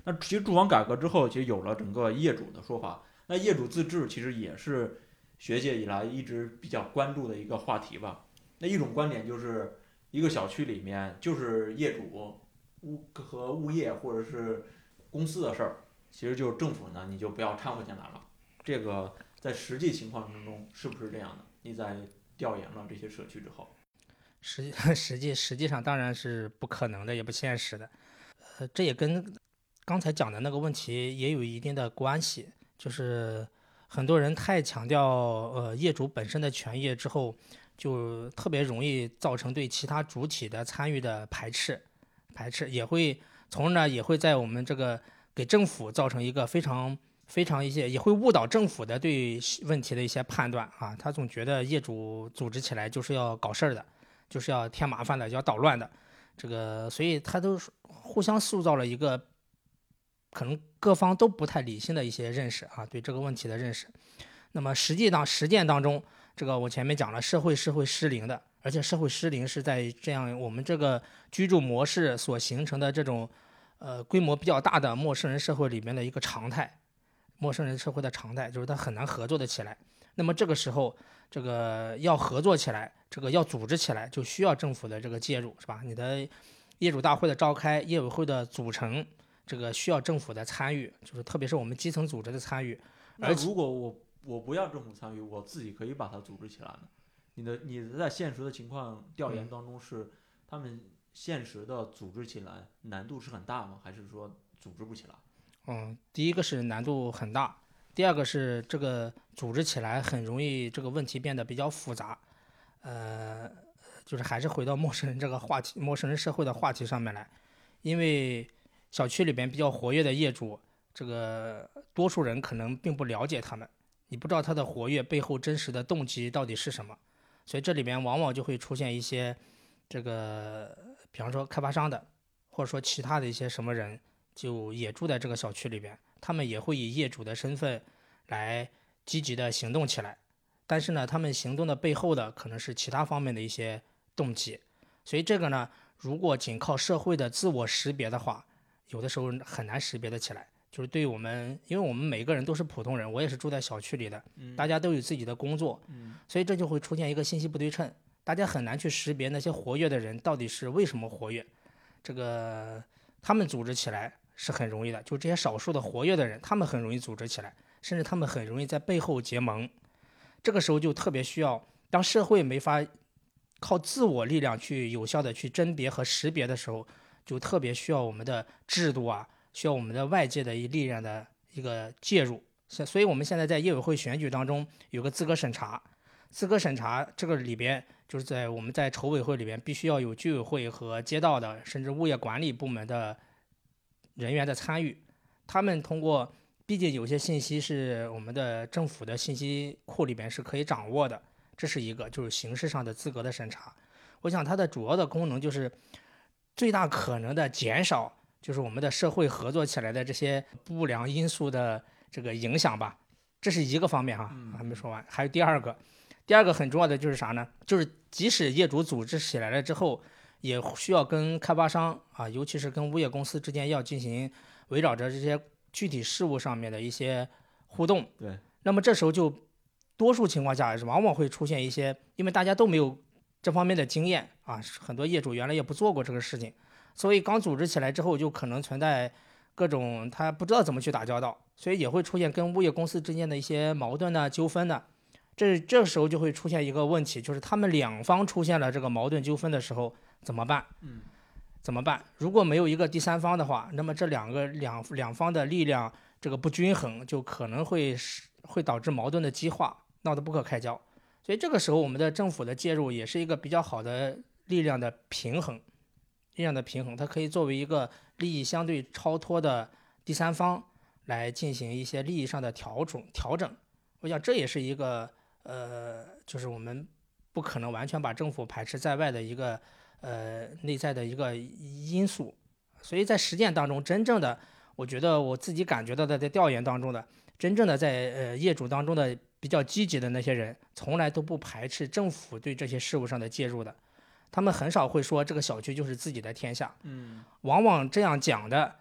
那其实住房改革之后，其实有了整个业主的说法。那业主自治其实也是学界以来一直比较关注的一个话题吧。那一种观点就是一个小区里面就是业主物和物业或者是公司的事儿，其实就是政府呢你就不要掺和进来了。这个在实际情况当中是不是这样的？你在调研了这些社区之后， 实实际实际上当然是不可能的，也不现实的。呃，这也跟刚才讲的那个问题也有一定的关系，就是很多人太强调呃业主本身的权益之后，就特别容易造成对其他主体的参与的排斥，排斥也会从而呢也会在我们这个给政府造成一个非常非常一些，也会误导政府的对问题的一些判断啊。他总觉得业主组织起来就是要搞事儿的，就是要添麻烦的，要捣乱的，这个所以他都互相塑造了一个可能各方都不太理性的一些认识啊，对这个问题的认识。那么实际当实践当中，这个我前面讲了，社会是会失灵的，而且社会失灵是在这样我们这个居住模式所形成的这种呃规模比较大的陌生人社会里面的一个常态。陌生人社会的常态就是它很难合作的起来。那么这个时候，这个要合作起来，这个要组织起来，就需要政府的这个介入，是吧？你的业主大会的召开，业委会的组成，这个需要政府的参与，就是特别是我们基层组织的参与。 那如果我我不要政府参与，我自己可以把它组织起来呢？你的你在现实的情况调研当中是，他们现实的组织起来难度是很大吗？还是说组织不起来？ 嗯，第一个是难度很大，第二个是这个组织起来很容易这个问题变得比较复杂，呃，就是还是回到陌生人这个话题，陌生人社会的话题上面来，因为小区里边比较活跃的业主，这个多数人可能并不了解他们，你不知道他的活跃背后真实的动机到底是什么，所以这里边往往就会出现一些这个，比方说开发商的，或者说其他的一些什么人。就也住在这个小区里边，他们也会以业主的身份来积极的行动起来，但是呢，他们行动的背后的可能是其他方面的一些动机，所以这个呢，如果仅靠社会的自我识别的话，有的时候很难识别的起来。就是对于我们，因为我们每个人都是普通人，我也是住在小区里的，大家都有自己的工作，所以这就会出现一个信息不对称，大家很难去识别那些活跃的人到底是为什么活跃，这个他们组织起来是很容易的，就这些少数的活跃的人，他们很容易组织起来，甚至他们很容易在背后结盟。这个时候就特别需要，当社会没法靠自我力量去有效的去甄别和识别的时候，就特别需要我们的制度啊，需要我们的外界的一力量的一个介入。所以我们现在在业委会选举当中有个资格审查，资格审查这个里边就是在我们在筹委会里边必须要有居委会和街道的，甚至物业管理部门的人员的参与，他们通过，毕竟有些信息是我们的政府的信息库里边是可以掌握的，这是一个就是形式上的资格的审查。我想它的主要的功能就是最大可能的减少就是我们的社会合作起来的这些不良因素的这个影响吧，这是一个方面哈，还没说完，还有第二个，第二个很重要的就是啥呢？就是即使业主组织起来了之后，也需要跟开发商啊，尤其是跟物业公司之间要进行围绕着这些具体事务上面的一些互动。 对。 那么这时候就多数情况下往往会出现一些，因为大家都没有这方面的经验啊，很多业主原来也不做过这个事情，所以刚组织起来之后就可能存在各种他不知道怎么去打交道，所以也会出现跟物业公司之间的一些矛盾呢、纠纷呢。这这时候就会出现一个问题，就是他们两方出现了这个矛盾纠纷的时候怎么办？ 嗯， 怎么办？如果没有一个第三方的话，那么这两个两两方的力量这个不均衡，就可能会会导致矛盾的激化，闹得不可开交。所以这个时候，我们的政府的介入也是一个比较好的力量的平衡，力量的平衡，它可以作为一个利益相对超脱的第三方来进行一些利益上的调整调整。我想这也是一个呃，就是我们不可能完全把政府排斥在外的一个呃内在的一个因素。所以在实践当中，真正的我觉得我自己感觉到的在调研当中的真正的在呃业主当中的比较积极的那些人，从来都不排斥政府对这些事务上的介入的。他们很少会说这个小区就是自己的天下， 嗯， 往往这样讲的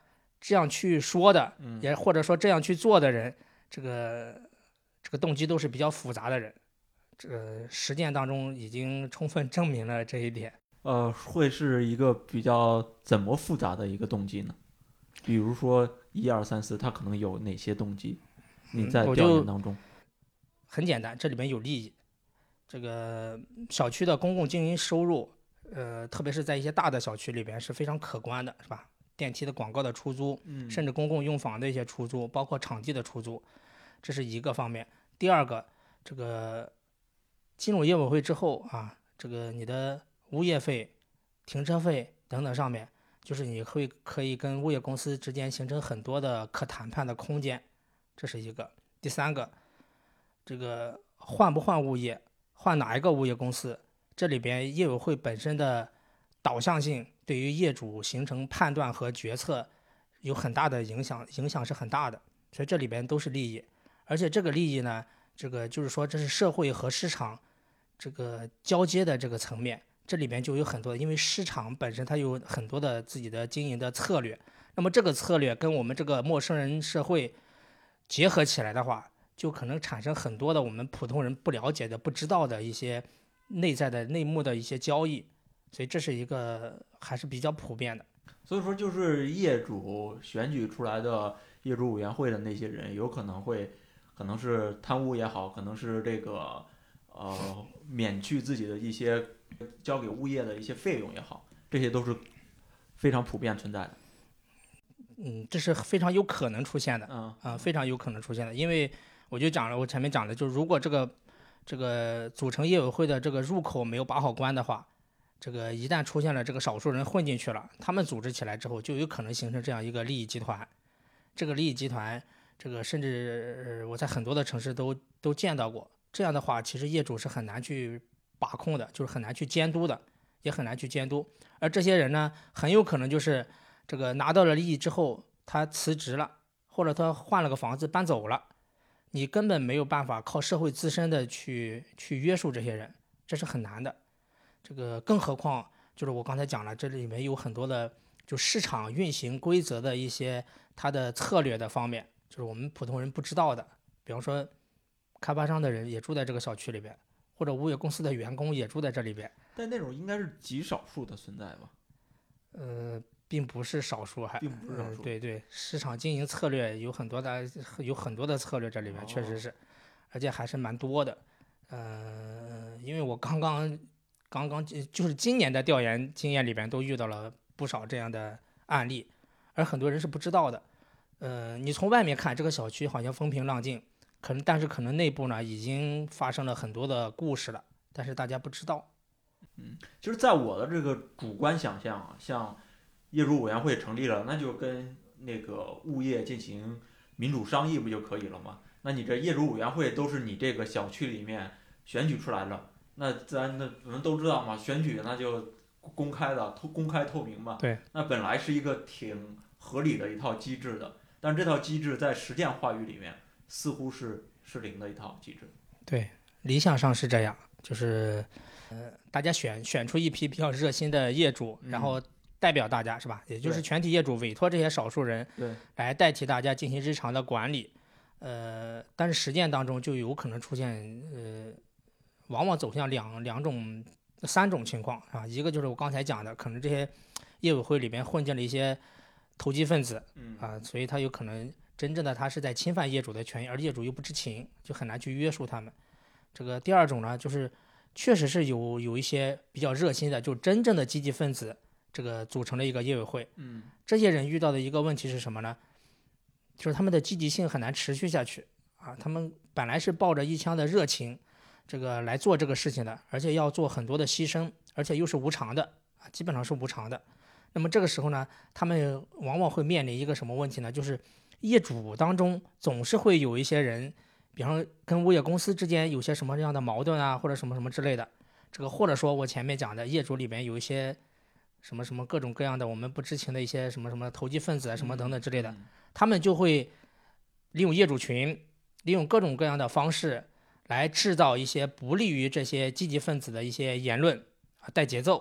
这样去说的， 嗯也或者说这样去做的人，这个这个动机都是比较复杂的人。这个实践当中已经充分证明了这一点。 呃，会是一个比较怎么复杂的一个动机呢？比如说一二三四，它可能有哪些动机？你在调嗯我就研当中， 很简单，这里面有利益。这个小区的公共经营收入，呃，特别是在一些大的小区里边是非常可观的，是吧？电梯的广告的出租， 嗯甚至公共用房的一些出租，包括场地的出租，这是一个方面。第二个，这个进入业委会之后啊，这个你的物业费、停车费等等上面，就是你会可以跟物业公司之间形成很多的可谈判的空间，这是一个。第三个，这个换不换物业，换哪一个物业公司，这里边业委会本身的导向性对于业主形成判断和决策有很大的影响，影响是很大的，所以这里边都是利益。而且这个利益呢，这个就是说这是社会和市场这个交接的这个层面，这里边就有很多，因为市场本身它有很多的自己的经营的策略，那么这个策略跟我们这个陌生人社会结合起来的话，就可能产生很多的我们普通人不了解的、不知道的一些内在的内幕的一些交易，所以这是一个还是比较普遍的。 所以说就是业主选举出来的业主委员会的那些人，有可能会，可能是贪污也好，可能是这个呃免去自己的一些交给物业的一些费用也好，这些都是非常普遍存在的。 嗯，这是非常有可能出现的。 嗯啊，非常有可能出现的，因为我就讲了，我前面讲的，就是如果这个这个组成业委会的这个入口没有把好关的话，这个一旦出现了这个少数人混进去了，他们组织起来之后，就有可能形成这样一个利益集团。这个利益集团，这个甚至、呃、我在很多的城市都都见到过。这样的话，其实业主是很难去把控的，就是很难去监督的，也很难去监督。而这些人呢，很有可能就是这个拿到了利益之后，他辞职了，或者他换了个房子搬走了，你根本没有办法靠社会自身的去去约束这些人，这是很难的。这个更何况就是我刚才讲了，这里面有很多的就市场运行规则的一些它的策略的方面，就是我们普通人不知道的。比方说，开发商的人也住在这个小区里边，或者物业公司的员工也住在这里边。 但那种应该是极少数的存在吧？ 呃，并不是少数，还并不是少数。 嗯、对对，市场经营策略有很多的，有很多的策略这里面哦确实是，而且还是蛮多的。呃，因为我刚刚刚刚就是今年的调研经验里边都遇到了不少这样的案例，而很多人是不知道的。呃，你从外面看这个小区好像风平浪静，可能但是可能内部呢已经发生了很多的故事了，但是大家不知道。 嗯，其实，在我的这个主观想象啊，像业主委员会成立了，那就跟那个物业进行民主商议不就可以了吗？那你这业主委员会都是你这个小区里面选举出来的，那咱那我们都知道嘛，选举那就公开的、透公开透明嘛。 对。 那本来是一个挺合理的一套机制的，但是这套机制在实践话语里面似乎是失灵的一套机制。 对，理想上是这样，就是呃，大家选选出一批比较热心的业主，然后代表大家是吧？也就是全体业主委托这些少数人来代替大家进行日常的管理。呃，但是实践当中就有可能出现呃，往往走向两两种、三种情况啊。一个就是我刚才讲的，可能这些业委会里面混进了一些投机分子，啊，所以他有可能真正的他是在侵犯业主的权益，而业主又不知情，就很难去约束他们。这个第二种呢，就是确实是有有一些比较热心的，就真正的积极分子，这个组成了一个业委会。 嗯， 这些人遇到的一个问题是什么呢？就是他们的积极性很难持续下去啊。他们本来是抱着一腔的热情，这个来做这个事情的，而且要做很多的牺牲，而且又是无偿的啊，基本上是无偿的。那么这个时候呢，他们往往会面临一个什么问题呢？就是业主当中总是会有一些人，比方跟物业公司之间有些什么样的矛盾啊，或者什么什么之类的。这个或者说我前面讲的业主里面有一些什么什么各种各样的我们不知情的一些什么什么投机分子啊，什么等等之类的，他们就会利用业主群，利用各种各样的方式来制造一些不利于这些积极分子的一些言论啊，带节奏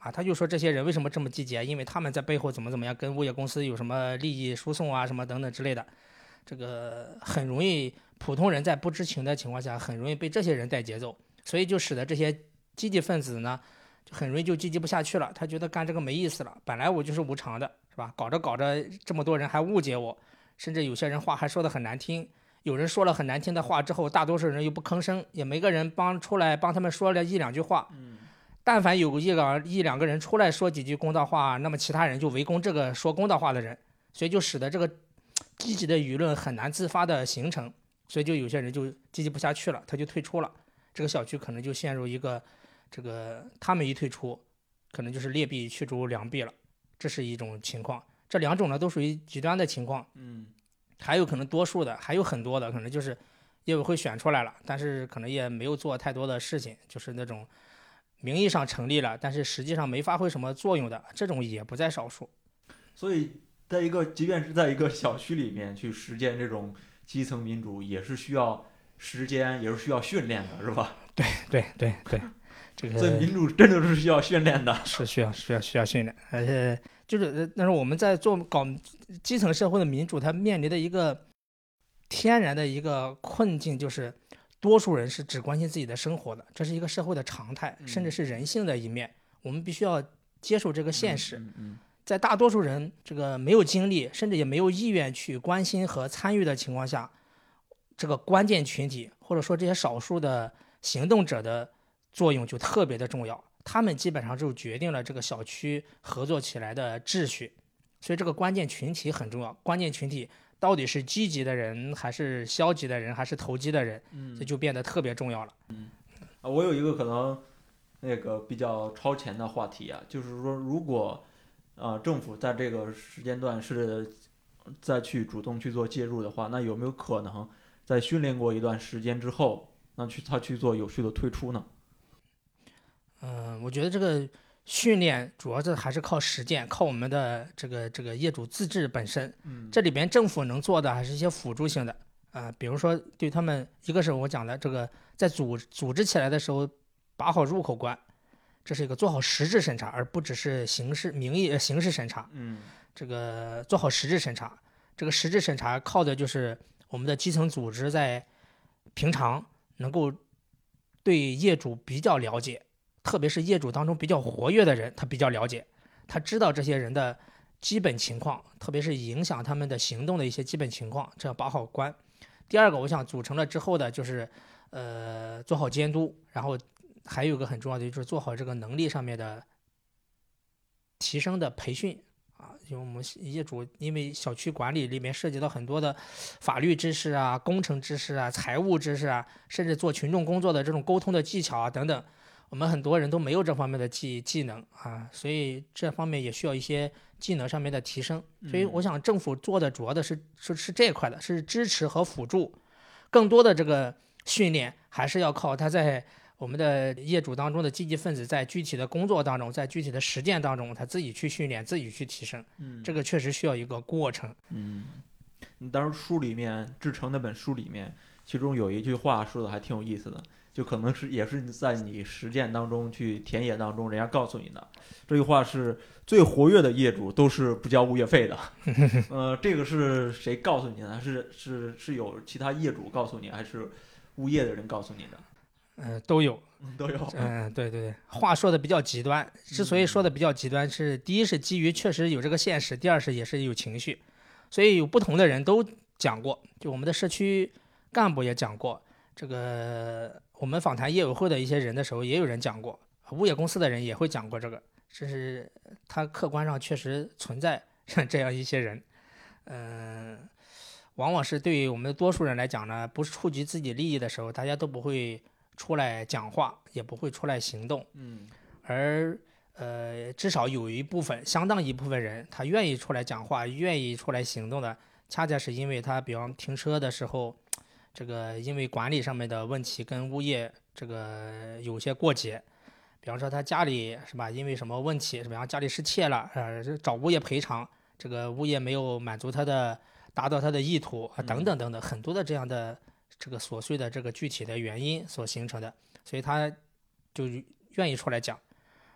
啊，他就说这些人为什么这么积极，因为他们在背后怎么怎么样，跟物业公司有什么利益输送啊，什么等等之类的，这个很容易普通人在不知情的情况下，很容易被这些人带节奏，所以就使得这些积极分子呢，就很容易就积极不下去了，他觉得干这个没意思了，本来我就是无偿的，是吧？搞着搞着这么多人还误解我，甚至有些人话还说得很难听，有人说了很难听的话之后，大多数人又不吭声，也没个人帮出来帮他们说了一两句话。 嗯， 但凡有一两一两个人出来说几句公道话，那么其他人就围攻这个说公道话的人，所以就使得这个积极的舆论很难自发的形成，所以就有些人就积极不下去了，他就退出了，这个小区可能就陷入一个这个他们一退出，可能就是劣币驱逐良币了，这是一种情况。这两种呢都属于极端的情况， 嗯， 还有可能多数的，还有很多的可能就是业委会选出来了，但是可能也没有做太多的事情，就是那种名义上成立了，但是实际上没发挥什么作用的，这种也不在少数。 所以在一个即便是在一个小区里面去实践这种基层民主，也是需要时间，也是需要训练的，是吧？ 对对对对，这个所以民主真的是需要训练的， 是需要需要需要训练，而且就是但是我们在做搞基层社会的民主，它面临的一个天然的一个困境，就是多数人是只关心自己的生活的，这是一个社会的常态，甚至是人性的一面，我们必须要接受这个现实。 嗯嗯在大多数人这个没有精力，甚至也没有意愿去关心和参与的情况下，这个关键群体或者说这些少数的行动者的作用就特别的重要，他们基本上就决定了这个小区合作起来的秩序，所以这个关键群体很重要。关键群体到底是积极的人，还是消极的人，还是投机的人， 嗯， 这就变得特别重要了。 啊，我有一个可能那个比较超前的话题啊，就是说，如果啊、呃、政府在这个时间段是再去主动去做介入的话，那有没有可能在训练过一段时间之后，那去他去做有序的退出呢？ 嗯、我觉得这个训练主要是还是靠实践，靠我们的这个这个业主自治本身。 嗯这里边政府能做的还是一些辅助性的，啊、比如说对他们，一个是我讲的这个在组组织起来的时候把好入口关，这是一个做好实质审查，而不只是形式名义呃形式审查。 嗯这个做好实质审查，这个实质审查靠的就是我们的基层组织在平常能够对业主比较了解，特别是业主当中比较活跃的人，他比较了解，他知道这些人的基本情况，特别是影响他们的行动的一些基本情况，这要把好关。第二个，我想组成了之后的就是呃做好监督，然后还有一个很重要的就是做好这个能力上面的提升的培训。啊，因为我们业主，因为小区管理里面涉及到很多的法律知识啊、工程知识啊、财务知识啊，甚至做群众工作的这种沟通的技巧啊等等，我们很多人都没有这方面的技技能啊，所以这方面也需要一些技能上面的提升。所以我想政府做的主要的是是是这一块的，是支持和辅助，更多的这个训练还是要靠他在我们的业主当中的积极分子在具体的工作当中，在具体的实践当中，他自己去训练，自己去提升， 嗯， 这个确实需要一个过程。 嗯，当时书里面《志成》那本书里面，其中有一句话说的还挺有意思的，就可能是也是在你实践当中去田野当中，人家告诉你的。这句话是最活跃的业主都是不交物业费的。呃，这个是谁告诉你的？是是是有其他业主告诉你，还是物业的人告诉你的？ 呃，都有， 都有。 嗯，对对对，话说的比较极端。之所以说的比较极端，是第一是基于确实有这个现实，第二是也是有情绪，所以有不同的人都讲过，就我们的社区干部也讲过，这个我们访谈业委会的一些人的时候，也有人讲过，物业公司的人也会讲过这个，这是他客观上确实存在这样一些人，嗯、往往是对于我们的多数人来讲呢，不是触及自己利益的时候，大家都不会出来讲话，也不会出来行动。 嗯， 而呃，至少有一部分相当一部分人，他愿意出来讲话，愿意出来行动的，恰恰是因为他，比方停车的时候，这个因为管理上面的问题跟物业这个有些过节，比方说他家里是吧，因为什么问题，比方家里失窃了，呃，找物业赔偿，这个物业没有满足他的达到他的意图啊，等等等等，很多的这样的这个琐碎的这个具体的原因所形成的，所以他就愿意出来讲。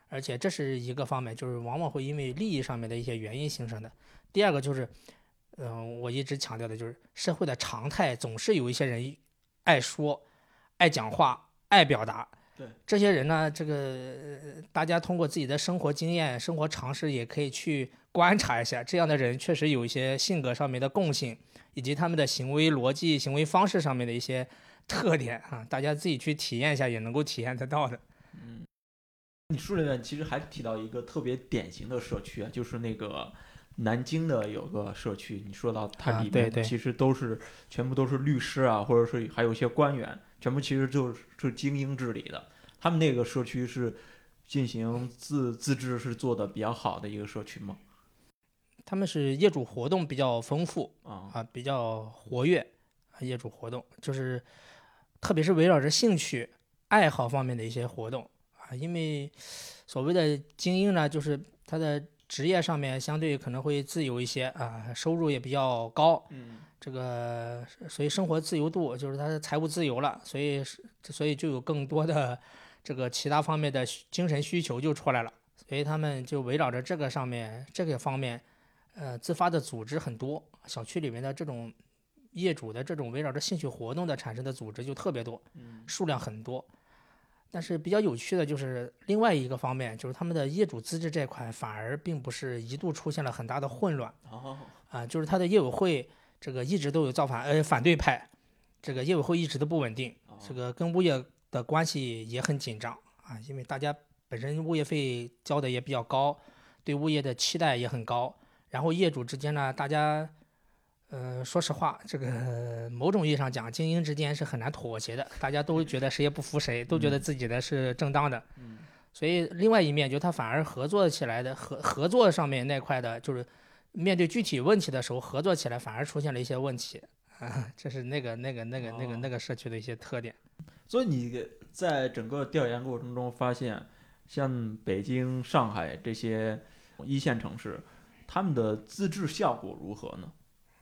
而且这是一个方面，就是往往会因为利益上面的一些原因形成的。第二个就是，嗯、呃，我一直强调的就是社会的常态总是有一些人爱说、爱讲话、爱表达。 对， 这些人呢，这个大家通过自己的生活经验、生活常识也可以去观察一下，这样的人确实有一些性格上面的共性，以及他们的行为逻辑、行为方式上面的一些特点啊，大家自己去体验一下也能够体验得到的。 嗯，你书里面其实还提到一个特别典型的社区啊，就是那个南京的有个社区，你说到它里面其实都是、啊、全部都是律师啊，或者是还有一些官员，全部其实就是是精英治理的。他们那个社区是进行自自治是做的比较好的一个社区吗？ 他们是业主活动比较丰富啊， 啊，比较活跃，业主活动就是特别是围绕着兴趣爱好方面的一些活动啊，因为所谓的精英呢，就是他的职业上面相对可能会自由一些啊，收入也比较高， 嗯， 这个所以生活自由度就是他的财务自由了，所以所以就有更多的这个其他方面的精神需求就出来了，所以他们就围绕着这个上面这个方面，呃，自发的组织很多，小区里面的这种业主的这种围绕着兴趣活动的产生的组织就特别多，数量很多。但是比较有趣的就是另外一个方面，就是他们的业主资质这块反而并不是一度出现了很大的混乱。 哦， 啊，就是他的业委会这个一直都有造反呃反对派，这个业委会一直都不稳定，这个跟物业的关系也很紧张啊，因为大家本身物业费交的也比较高，对物业的期待也很高，然后业主之间呢，大家。呃，说实话，这个某种意义上讲，精英之间是很难妥协的，大家都觉得谁也不服谁，都觉得自己的是正当的。 嗯， 所以另外一面，就他反而合作起来的合合作上面那块的，就是面对具体问题的时候，合作起来反而出现了一些问题啊，这是那个那个那个那个那个社区的一些特点。 所以你在整个调研过程中发现，像北京、上海这些一线城市，他们的自治效果如何呢？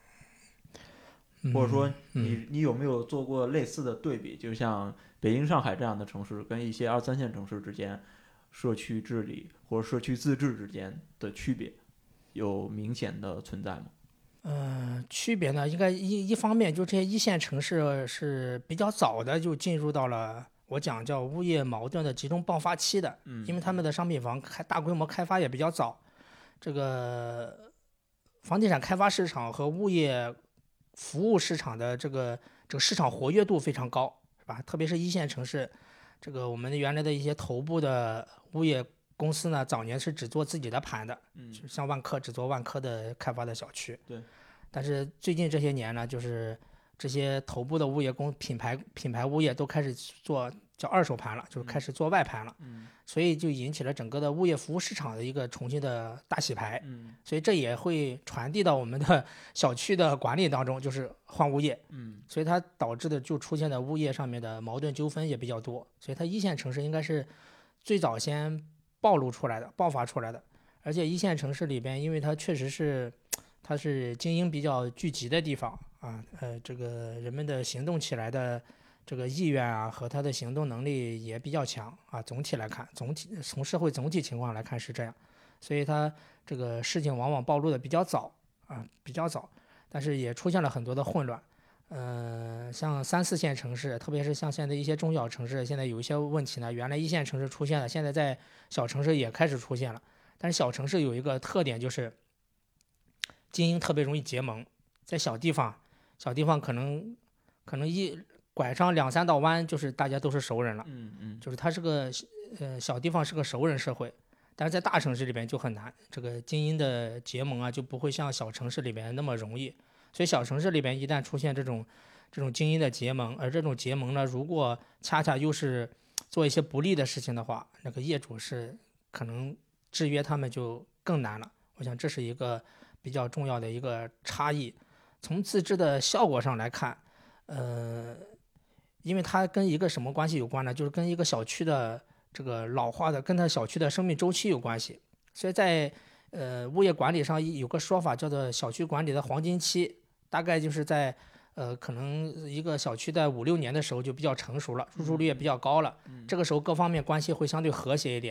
或者说你你有没有做过类似的对比，就像北京、上海这样的城市跟一些二三线城市之间社区治理或者社区自治之间的区别有明显的存在吗？ 呃，区别呢，应该一一方面就这些一线城市是比较早的就进入到了我讲叫物业矛盾的集中爆发期的， 嗯， 因为他们的商品房开大规模开发也比较早，这个房地产开发市场和物业服务市场的这个这个市场活跃度非常高，是吧？特别是一线城市，这个我们原来的一些头部的物业公司呢，早年是只做自己的盘的， 嗯， 就像万科只做万科的开发的小区。 对。 但是最近这些年呢，就是这些头部的物业公品牌品牌物业都开始做叫二手盘了，就是开始做外盘了。 嗯。 所以就引起了整个的物业服务市场的一个重新的大洗牌。 嗯， 所以这也会传递到我们的小区的管理当中，就是换物业。 嗯， 所以它导致的就出现的物业上面的矛盾纠纷也比较多。所以它一线城市应该是最早先暴露出来的、爆发出来的。而且一线城市里边，因为它确实是它是精英比较聚集的地方啊，呃，这个人们的行动起来的。这个意愿啊和他的行动能力也比较强啊，总体来看，总体从社会总体情况来看是这样，所以他这个事情往往暴露的比较早啊，比较早，但是也出现了很多的混乱。呃，像三四线城市，特别是像现在一些中小城市，现在有一些问题呢，原来一线城市出现了，现在在小城市也开始出现了。但是小城市有一个特点，就是精英特别容易结盟，在小地方，小地方可能可能一。拐上两三道弯，就是大家都是熟人了。 嗯嗯， 就是它是个呃小地方是个熟人社会，但是在大城市里边就很难，这个精英的结盟啊就不会像小城市里边那么容易。所以小城市里边一旦出现这种这种精英的结盟，而这种结盟呢，如果恰恰又是做一些不利的事情的话，那个业主是可能制约他们就更难了。我想这是一个比较重要的一个差异。从自治的效果上来看，呃。因为它跟一个什么关系有关呢？就是跟一个小区的这个老化的，跟它小区的生命周期有关系。所以在呃物业管理上有个说法叫做小区管理的黄金期，大概就是在呃可能一个小区在五六年的时候就比较成熟了，入住率也比较高了。这个时候各方面关系会相对和谐一点。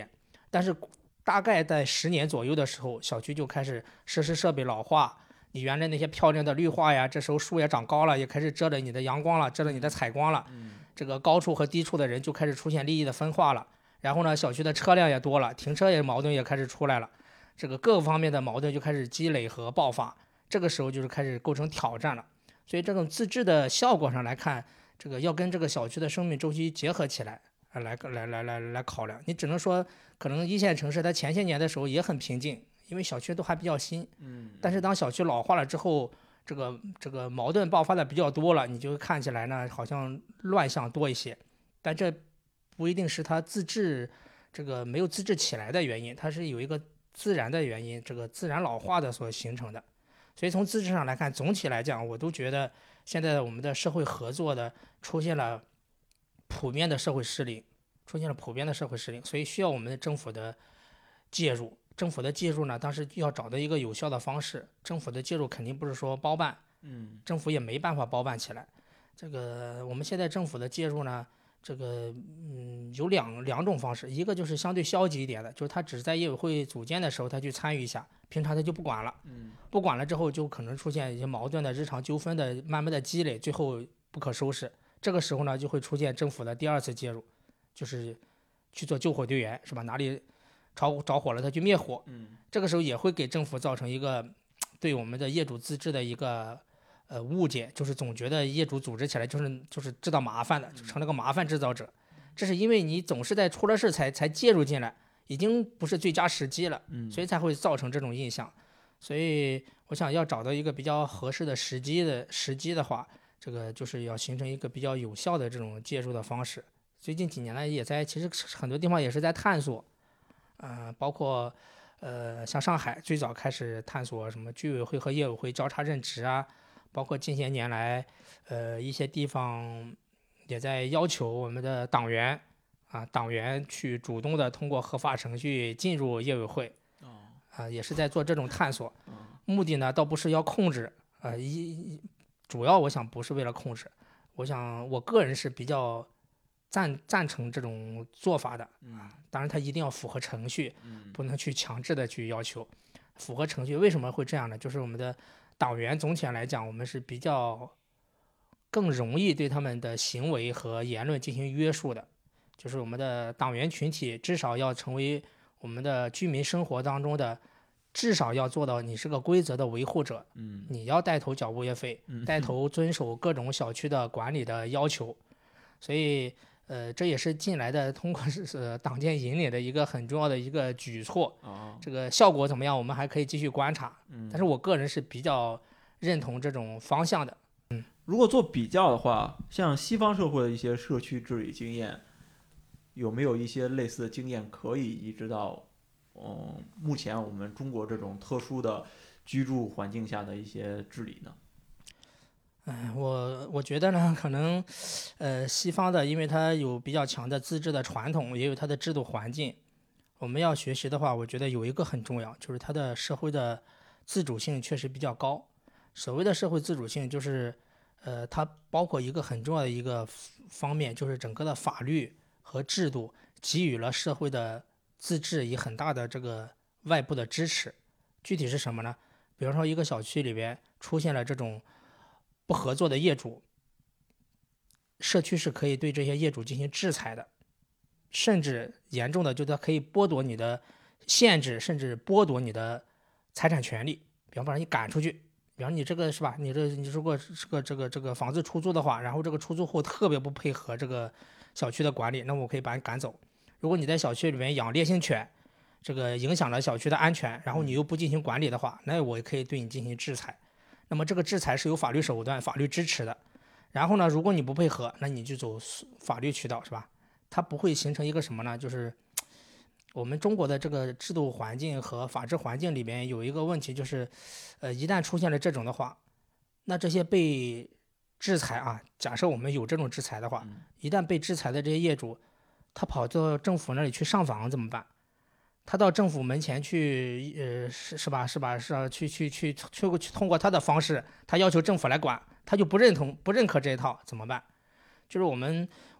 但是大概在十年左右的时候，小区就开始设施设备老化，你原来那些漂亮的绿化呀，这时候树也长高了，也开始遮着你的阳光了，遮着你的采光了。这个高处和低处的人就开始出现利益的分化了。然后呢，小区的车辆也多了，停车也矛盾也开始出来了，这个各个方面的矛盾就开始积累和爆发。这个时候就是开始构成挑战了。所以这种自治的效果上来看，这个要跟这个小区的生命周期结合起来，来来来来来考量。你只能说，可能一线城市它前些年的时候也很平静，因为小区都还比较新。 嗯， 但是当小区老化了之后，这个这个矛盾爆发的比较多了，你就看起来呢好像乱象多一些。但这不一定是它自治这个没有自治起来的原因，它是有一个自然的原因，这个自然老化的所形成的。所以从自治上来看，总体来讲，我都觉得现在我们的社会合作的出现了普遍的社会失灵，出现了普遍的社会失灵，所以需要我们的政府的介入。政府的介入呢，当时要找到一个有效的方式。政府的介入肯定不是说包办， 嗯， 政府也没办法包办起来。这个我们现在政府的介入呢，这个嗯有两两种方式，一个就是相对消极一点的，就是他只在业委会组建的时候他去参与一下，平常他就不管了， 嗯， 不管了之后就可能出现一些矛盾的日常纠纷的慢慢的积累，最后不可收拾。这个时候呢，就会出现政府的第二次介入，就是去做救火队员，是吧？哪里着着火了，他去灭火。 嗯， 这个时候也会给政府造成一个对我们的业主自治的一个呃误解，就是总觉得业主组织起来就是就是制造麻烦的，就成了个麻烦制造者。这是因为你总是在出了事才才介入进来，已经不是最佳时机了，所以才会造成这种印象。所以我想要找到一个比较合适的时机的时机的话，这个就是要形成一个比较有效的这种介入的方式。最近几年来也在，其实很多地方也是在探索，呃，包括呃像上海最早开始探索什么居委会和业委会交叉任职啊，包括近些年来，呃一些地方也在要求我们的党员啊党员去主动的通过合法程序进入业委会，啊也是在做这种探索。目的呢倒不是要控制，呃一主要我想不是为了控制，我想我个人是比较赞赞成这种做法的。当然它一定要符合程序，不能去强制的去要求。符合程序为什么会这样呢？就是我们的党员总体上来讲，我们是比较更容易对他们的行为和言论进行约束的。就是我们的党员群体至少要成为我们的居民生活当中的，至少要做到你是个规则的维护者， 嗯， 你要带头缴物业费，带头遵守各种小区的管理的要求。所以呃，这也是近来的通过是党建引领的一个很重要的一个举措。 哦， 这个效果怎么样，我们还可以继续观察。 嗯， 但是我个人是比较认同这种方向的。 如果做比较的话，像西方社会的一些社区治理经验，有没有一些类似的经验可以移植到嗯目前我们中国这种特殊的居住环境下的一些治理呢？ 嗯，我我觉得呢，可能，呃，西方的，因为它有比较强的自治的传统，也有它的制度环境。我们要学习的话，我觉得有一个很重要，就是它的社会的自主性确实比较高。所谓的社会自主性，就是呃，它包括一个很重要的一个方面，就是整个的法律和制度给予了社会的自治以很大的这个外部的支持。具体是什么呢？比方说一个小区里边出现了这种不合作的业主，社区是可以对这些业主进行制裁的，甚至严重的就它可以剥夺你的限制，甚至剥夺你的财产权利。比方把你赶出去，比方你这个是吧？你这你如果是个这个这个房子出租的话，然后这个出租户特别不配合这个小区的管理，那我可以把你赶走。如果你在小区里面养烈性犬，这个影响了小区的安全，然后你又不进行管理的话，那我也可以对你进行制裁。那么这个制裁是有法律手段、法律支持的。然后呢，如果你不配合，那你就走法律渠道，是吧？它不会形成一个什么呢？就是我们中国的这个制度环境和法治环境里面有一个问题，就是呃，一旦出现了这种的话，那这些被制裁啊，假设我们有这种制裁的话，一旦被制裁的这些业主，他跑到政府那里去上访怎么办？他到政府门前去，呃，是是吧，是吧，是啊，去去去去去通过他的方式，他要求政府来管，他就不认同、不认可这一套，怎么办？就是我们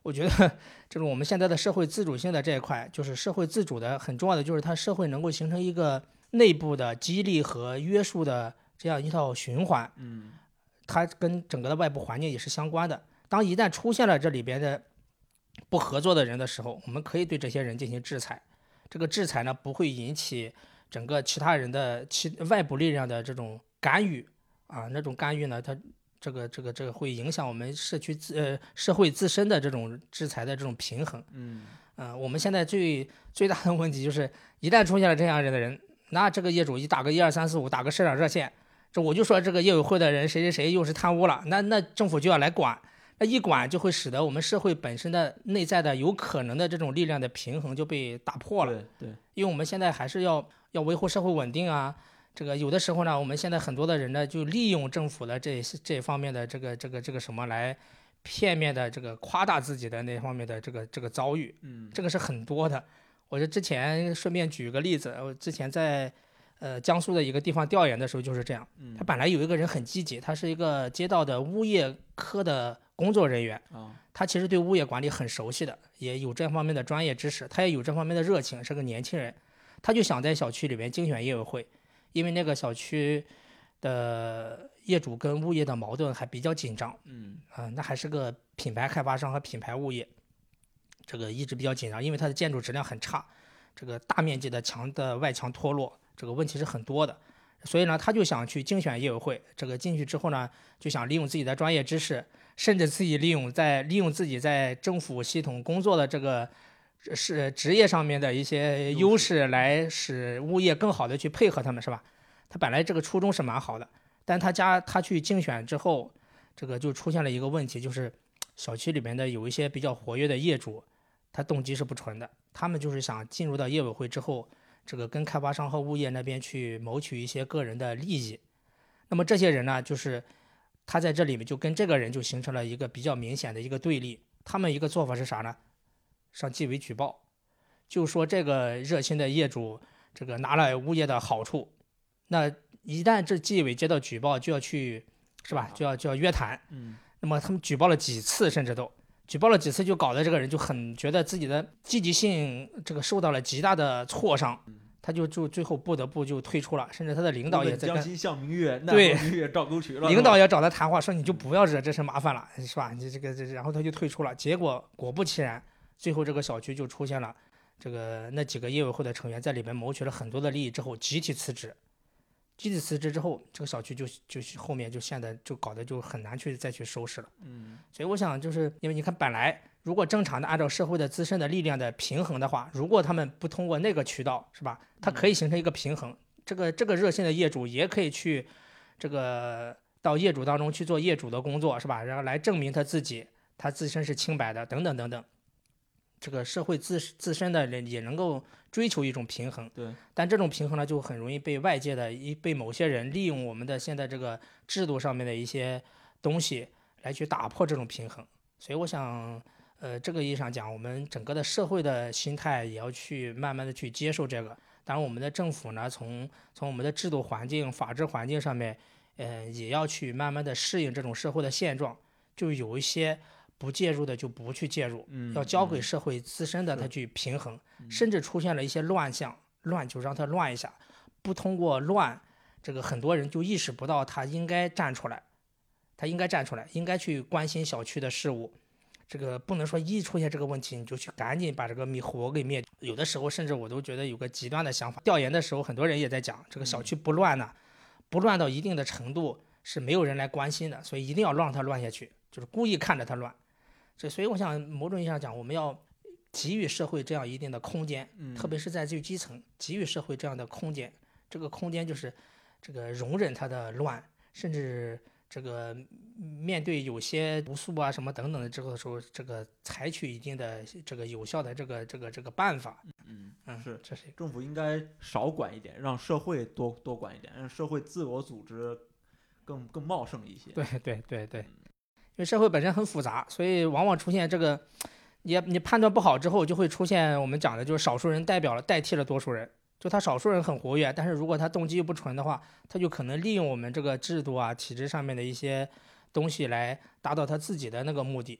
我觉得这种我们现在的社会自主性的这一块，就是社会自主的很重要的就是它社会能够形成一个内部的激励和约束的这样一套循环， 嗯， 它跟整个的外部环境也是相关的。当一旦出现了这里边的不合作的人的时候，我们可以对这些人进行制裁。这个制裁呢，不会引起整个其他人的其外部力量的这种干预啊，那种干预呢，它这个这个这个会影响我们社区自呃社会自身的这种制裁的这种平衡。 嗯， 呃，我们现在最最大的问题就是，一旦出现了这样人的人，那这个业主一打个一二三四五，打个市长热线，这我就说这个业委会的人谁谁谁又是贪污了，那那政府就要来管。那一管就会使得我们社会本身的内在的有可能的这种力量的平衡就被打破了。 对对， 因为我们现在还是要要维护社会稳定啊。这个有的时候呢，我们现在很多的人呢，就利用政府的这这方面的这个这个这个什么来片面的这个夸大自己的那方面的这个这个遭遇。 嗯， 这个是很多的。我就之前顺便举个例子，我之前在呃江苏的一个地方调研的时候就是这样。他本来有一个人很积极，他是一个街道的物业科的工作人员，他其实对物业管理很熟悉的，也有这方面的专业知识，他也有这方面的热情，是个年轻人。他就想在小区里面竞选业委会，因为那个小区的业主跟物业的矛盾还比较紧张。 嗯， 啊、呃，那还是个品牌开发商和品牌物业，这个一直比较紧张，因为它的建筑质量很差，这个大面积的墙的外墙脱落，这个问题是很多的。所以呢，他就想去竞选业委会。这个进去之后呢，就想利用自己的专业知识，甚至自己利用在利用自己在政府系统工作的这个是职业上面的一些优势，来使物业更好的去配合他们，是吧？他本来这个初衷是蛮好的，但他家他去竞选之后，这个就出现了一个问题，就是小区里面的有一些比较活跃的业主，他动机是不纯的，他们就是想进入到业委会之后，这个跟开发商和物业那边去谋取一些个人的利益。那么这些人呢，就是他在这里面就跟这个人就形成了一个比较明显的一个对立。他们一个做法是啥呢？上纪委举报，就说这个热心的业主这个拿了物业的好处。那一旦这纪委接到举报，就要去是吧？就要就要约谈。 嗯， 那么他们举报了几次，甚至都举报了几次，就搞得这个人就很觉得自己的积极性这个受到了极大的挫伤，他就就最后不得不就退出了，甚至他的领导也在跟江西向明月， 对南明月照沟渠了。 领导也找他谈话，说你就不要惹这事麻烦了，是吧？你这个这，然后他就退出了。结果果不其然，最后这个小区就出现了这个那几个业委会的成员在里面谋取了很多的利益之后，集体辞职。集体辞职之后，这个小区就就后面就现在就搞得就很难去再去收拾了。 嗯， 所以我想就是因为你看，本来如果正常的按照社会的自身的力量的平衡的话，如果他们不通过那个渠道，是吧？它可以形成一个平衡。这个这个热心的业主也可以去这个到业主当中去做业主的工作，是吧？然后来证明他自己他自身是清白的，等等等等。这个社会自自身的人也能够追求一种平衡， 对， 但这种平衡呢，就很容易被外界的一被某些人利用我们的现在这个制度上面的一些东西来去打破这种平衡。所以我想，呃，这个意义上讲，我们整个的社会的心态也要去慢慢的去接受这个。当然，我们的政府呢，从从我们的制度环境、法治环境上面，呃，也要去慢慢的适应这种社会的现状，就有一些不介入的就不去介入， 嗯， 要交给社会自身的它去平衡，甚至出现了一些乱象，乱就让它乱一下，不通过乱，这个很多人就意识不到他应该站出来，他应该站出来，应该去关心小区的事务。这个不能说一出现这个问题你就去赶紧把这个灭火给灭掉。有的时候甚至我都觉得有个极端的想法，调研的时候很多人也在讲，这个小区不乱呢，不乱到一定的程度是没有人来关心的，所以一定要让它乱下去，就是故意看着它乱。这所以我想某种意义上讲，我们要给予社会这样一定的空间， 嗯， 特别是在最基层，给予社会这样的空间。这个空间就是这个容忍它的乱，甚至这个面对有些不速啊什么等等的之后的时候，这个采取一定的这个有效的这个这个这个办法。 嗯嗯， 是， 这是政府应该少管一点，让社会多多管一点，让社会自我组织更更茂盛一些。 对对对对。因为社会本身很复杂，所以往往出现这个，你你判断不好之后，就会出现我们讲的就是少数人代表了代替了多数人。就他少数人很活跃，但是如果他动机又不纯的话，他就可能利用我们这个制度啊、体制上面的一些东西来达到他自己的那个目的。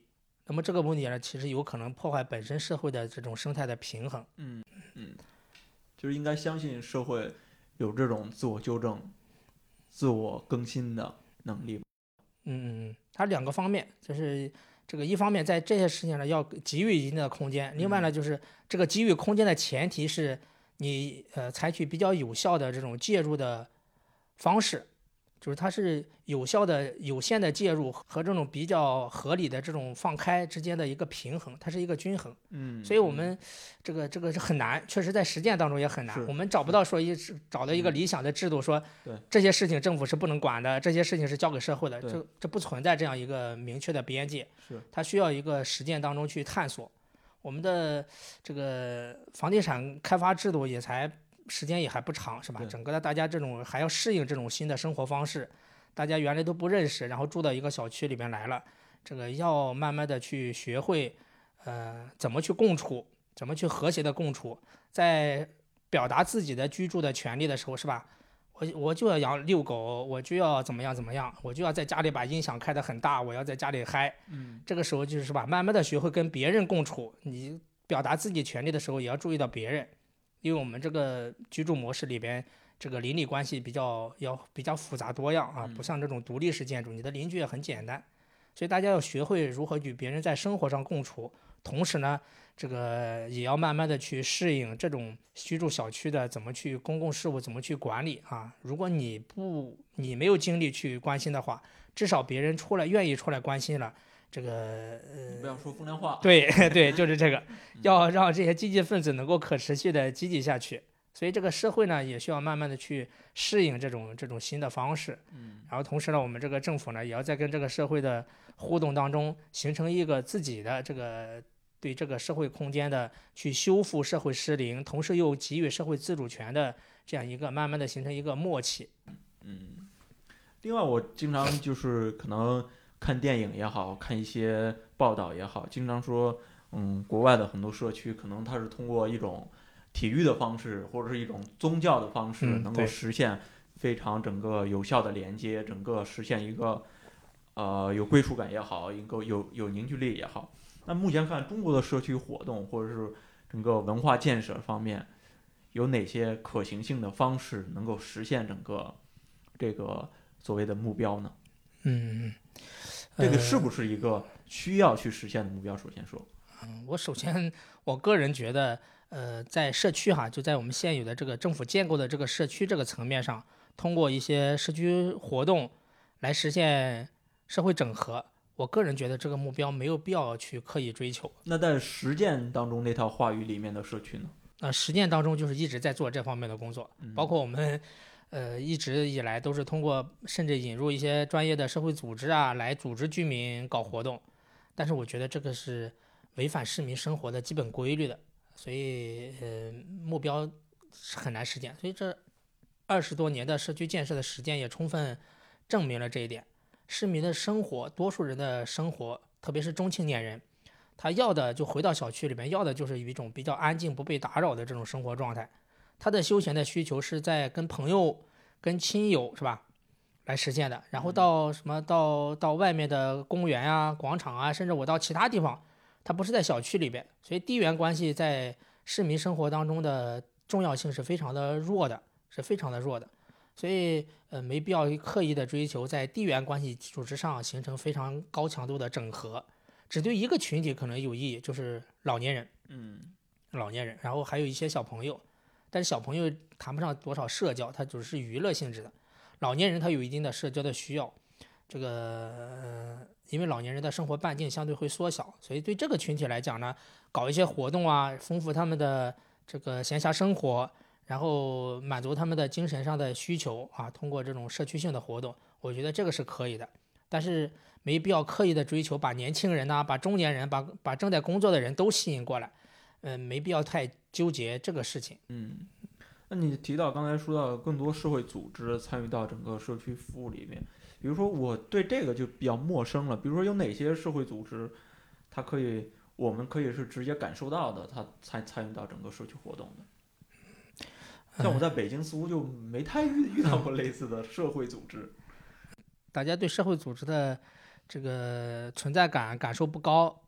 那么这个目的呢，其实有可能破坏本身社会的这种生态的平衡。 嗯嗯，就是应该相信社会有这种自我纠正、自我更新的能力。 嗯嗯，它两个方面，就是这个一方面在这些事情上要给予一定的空间，另外呢，就是这个给予空间的前提是你呃采取比较有效的这种介入的方式，就是它是有效的、有限的介入和这种比较合理的这种放开之间的一个平衡，它是一个均衡。 嗯， 所以我们这个这个是很难，确实在实践当中也很难。我们找不到说一找到一个理想的制度，说这些事情政府是不能管的，这些事情是交给社会的，这这不存在这样一个明确的边界。 是， 它需要一个实践当中去探索。我们的这个房地产开发制度也才时间也还不长，是吧？整个的大家这种还要适应这种新的生活方式，大家原来都不认识，然后住到一个小区里面来了，这个要慢慢的去学会，呃，怎么去共处，怎么去和谐的共处，在表达自己的居住的权利的时候，是吧？我我就要养遛狗，我就要怎么样怎么样，我就要在家里把音响开得很大，我要在家里嗨。 嗯， 这个时候就是吧，慢慢的学会跟别人共处，你表达自己权利的时候，也要注意到别人。因为我们这个居住模式里边，这个邻里关系比较要比较复杂多样啊，不像这种独立式建筑，你的邻居也很简单，所以大家要学会如何与别人在生活上共处，同时呢，这个也要慢慢的去适应这种居住小区的怎么去公共事务怎么去管理啊。如果你不你没有精力去关心的话，至少别人出来愿意出来关心了。这个呃， 不要说风凉话。 对对，就是这个，要让这些积极分子能够可持续的积极下去。所以这个社会呢，也需要慢慢的去适应这种这种新的方式。 嗯， 然后同时呢，我们这个政府呢，也要在跟这个社会的互动当中，形成一个自己的这个对这个社会空间的去修复社会失灵，同时又给予社会自主权的这样一个慢慢的形成一个默契。 嗯，另外我经常就是可能看电影也好看一些报道也好，经常说，嗯，国外的很多社区可能它是通过一种体育的方式或者是一种宗教的方式， 嗯、 能够实现非常整个有效的连接，整个实现一个呃有归属感也好，一个有有凝聚力也好。那目前看中国的社区活动或者是整个文化建设方面，有哪些可行性的方式能够实现整个这个所谓的目标呢？ 嗯， 这个是不是一个需要去实现的目标？首先说， 嗯，我首先我个人觉得，呃，在社区哈，就在我们现有的这个政府建构的这个社区这个层面上，通过一些社区活动来实现社会整合。我个人觉得这个目标没有必要去刻意追求。 那在实践当中那套话语里面的社区呢？ 呃，实践当中就是一直在做这方面的工作， 嗯、 包括我们，呃，一直以来都是通过甚至引入一些专业的社会组织啊，来组织居民搞活动。但是我觉得这个是违反市民生活的基本规律的，所以呃，目标是很难实现。所以这二十多年的社区建设的实践也充分证明了这一点。市民的生活，多数人的生活，特别是中青年人，他要的就回到小区里面，要的就是一种比较安静、不被打扰的这种生活状态。他的休闲的需求是在跟朋友、跟亲友是吧来实现的。然后到什么到到外面的公园啊、广场啊，甚至我到其他地方，他不是在小区里边。所以地缘关系在市民生活当中的重要性是非常的弱的，是非常的弱的。所以，呃，没必要刻意的追求在地缘关系基础之上形成非常高强度的整合，只对一个群体可能有意义，就是老年人， 嗯， 老年人，然后还有一些小朋友，但是小朋友谈不上多少社交，它只是娱乐性质的。老年人他有一定的社交的需要，这个，呃，因为老年人的生活半径相对会缩小，所以对这个群体来讲呢，搞一些活动啊，丰富他们的这个闲暇生活。然后满足他们的精神上的需求啊，通过这种社区性的活动，我觉得这个是可以的，但是没必要刻意的追求把年轻人呐、啊、把中年人、把把正在工作的人都吸引过来，嗯、呃，没必要太纠结这个事情。 嗯，那你提到刚才说到更多社会组织参与到整个社区服务里面，比如说我对这个就比较陌生了，比如说有哪些社会组织，它可以我们可以是直接感受到的，它参参与到整个社区活动的。像我在北京似乎就没太遇遇到过类似的社会组织， 大家对社会组织的这个存在感感受不高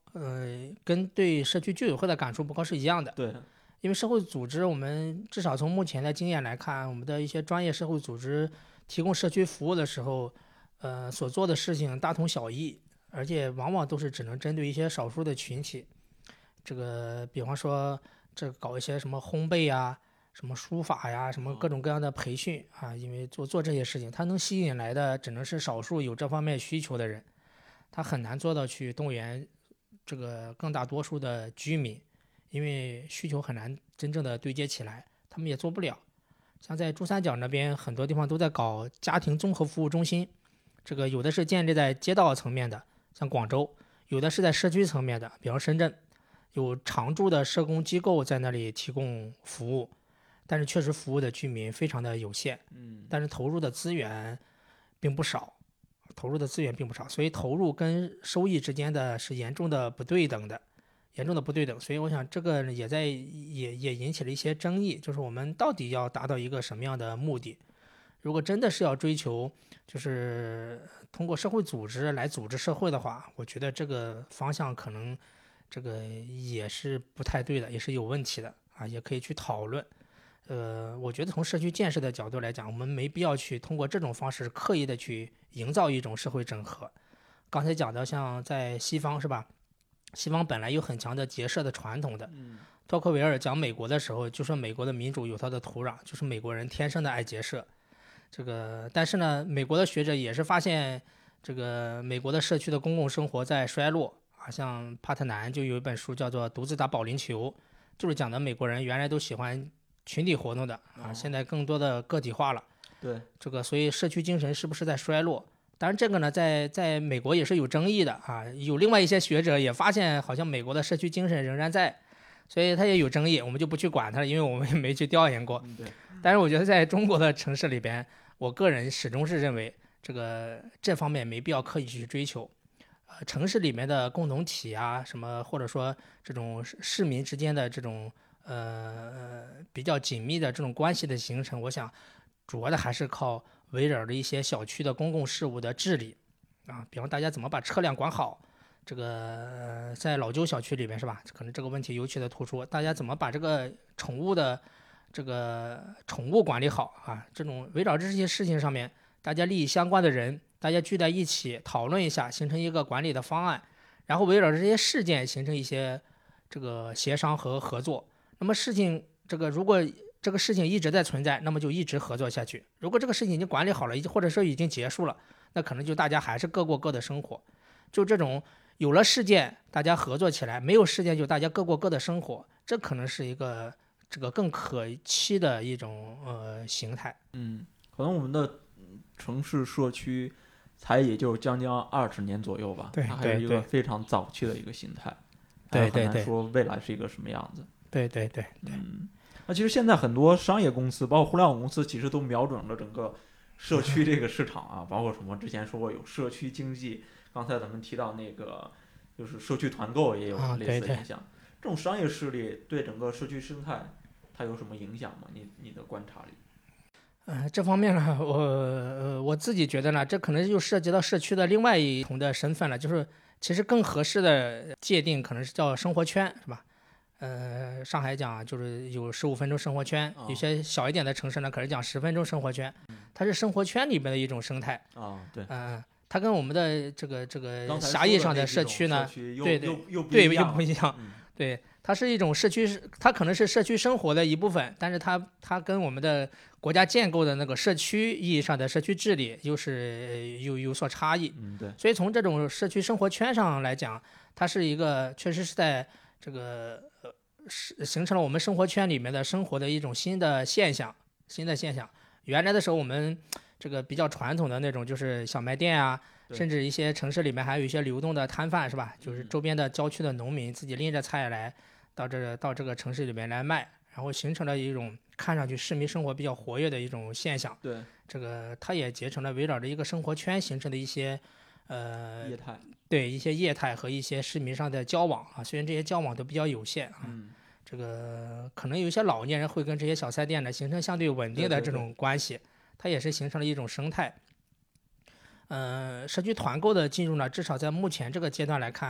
呃，跟对社区居委会的感触报告是一样的。 对， 因为社会组织，我们至少从目前的经验来看，我们的一些专业社会组织提供社区服务的时候，呃，所做的事情大同小异，而且往往都是只能针对一些少数的群体。这个，比方说，这搞一些什么烘焙呀、什么书法呀、什么各种各样的培训啊，因为做做这些事情，它能吸引来的只能是少数有这方面需求的人，它很难做到去动员这个更大多数的居民。因为需求很难真正的对接起来，他们也做不了。像在珠三角那边，很多地方都在搞家庭综合服务中心，这个有的是建立在街道层面的，像广州；有的是在社区层面的，比方深圳，有常驻的社工机构在那里提供服务，但是确实服务的居民非常的有限， 嗯， 但是投入的资源并不少，投入的资源并不少，所以投入跟收益之间的是严重的不对等的。严重的不对等，所以我想这个也在也也引起了一些争议，就是我们到底要达到一个什么样的目的？如果真的是要追求就是通过社会组织来组织社会的话，我觉得这个方向可能这个也是不太对的，也是有问题的啊，也可以去讨论。呃，我觉得从社区建设的角度来讲，我们没必要去通过这种方式刻意的去营造一种社会整合。刚才讲的像在西方是吧？西方本来有很强的结社的传统的，托克维尔讲美国的时候就说美国的民主有它的土壤，就是美国人天生的爱结社。这个，但是呢，美国的学者也是发现这个美国的社区的公共生活在衰落啊，像帕特南就有一本书叫做《独自打保龄球》，就是讲的美国人原来都喜欢群体活动的啊，现在更多的个体化了。 对， 这个所以社区精神是不是在衰落？当然，这个呢，在在美国也是有争议的啊。有另外一些学者也发现，好像美国的社区精神仍然在，所以它也有争议。我们就不去管它了，因为我们也没去调研过。 对。 但是我觉得，在中国的城市里边，我个人始终是认为，这个这方面没必要刻意去追求。呃，城市里面的共同体啊，什么或者说这种市民之间的这种呃比较紧密的这种关系的形成，我想主要的还是靠围绕着一些小区的公共事务的治理啊，比方大家怎么把车辆管好，这个、呃、在老旧小区里面是吧？可能这个问题尤其的突出，大家怎么把这个宠物的这个宠物管理好啊？这种围绕着这些事情上面，大家利益相关的人，大家聚在一起讨论一下，形成一个管理的方案，然后围绕着这些事件形成一些这个协商和合作。那么事情这个如果这个事情一直在存在，那么就一直合作下去。如果这个事情已经管理好了，或者说已经结束了，那可能就大家还是各过各的生活。就这种有了事件，大家合作起来；没有事件，就大家各过各的生活。这可能是一个这个更可期的一种呃形态。 嗯，可能我们的城市社区才也就将将二十年左右吧， 对， 它还是一个非常早期的一个形态， 对对对， 很难说未来是一个什么样子。 对对对对。 嗯，那其实现在很多商业公司，包括互联网公司，其实都瞄准了整个社区这个市场啊，包括什么之前说过有社区经济，刚才咱们提到那个就是社区团购也有类似的影响。啊、对对，这种商业势力对整个社区生态它有什么影响吗？你你的观察里？ 呃，这方面呢，我呃我自己觉得呢，这可能就涉及到社区的另外一重的身份了，就是其实更合适的界定可能是叫生活圈，是吧？呃，上海讲就是有十五分钟生活圈，有些小一点的城市呢，可能讲十分钟生活圈，它是生活圈里面的一种生态。 啊，对， 嗯，它跟我们的这个这个狭义上的社区呢，对对对又不一样，对，它是一种社区，它可能是社区生活的一部分，但是它它跟我们的国家建构的那个社区意义上的社区治理又是有有所差异。 嗯，对， 所以从这种社区生活圈上来讲，它是一个确实是在这个呃是形成了我们生活圈里面的生活的一种新的现象，新的现象。原来的时候我们这个比较传统的那种就是小卖店啊，甚至一些城市里面还有一些流动的摊贩是吧？就是周边的郊区的农民自己拎着菜来到这到这个城市里面来卖，然后形成了一种看上去市民生活比较活跃的一种现象。 对， 这个它也结成了围绕着一个生活圈形成的一些呃业态。 对一些业态和一些市民上的交往啊，虽然这些交往都比较有限啊， 嗯、 这个可能有一些老年人会跟这些小菜店呢形成相对稳定的这种关系， 对对对， 它也是形成了一种生态。嗯、呃，社区团购的进入呢，至少在目前这个阶段来看，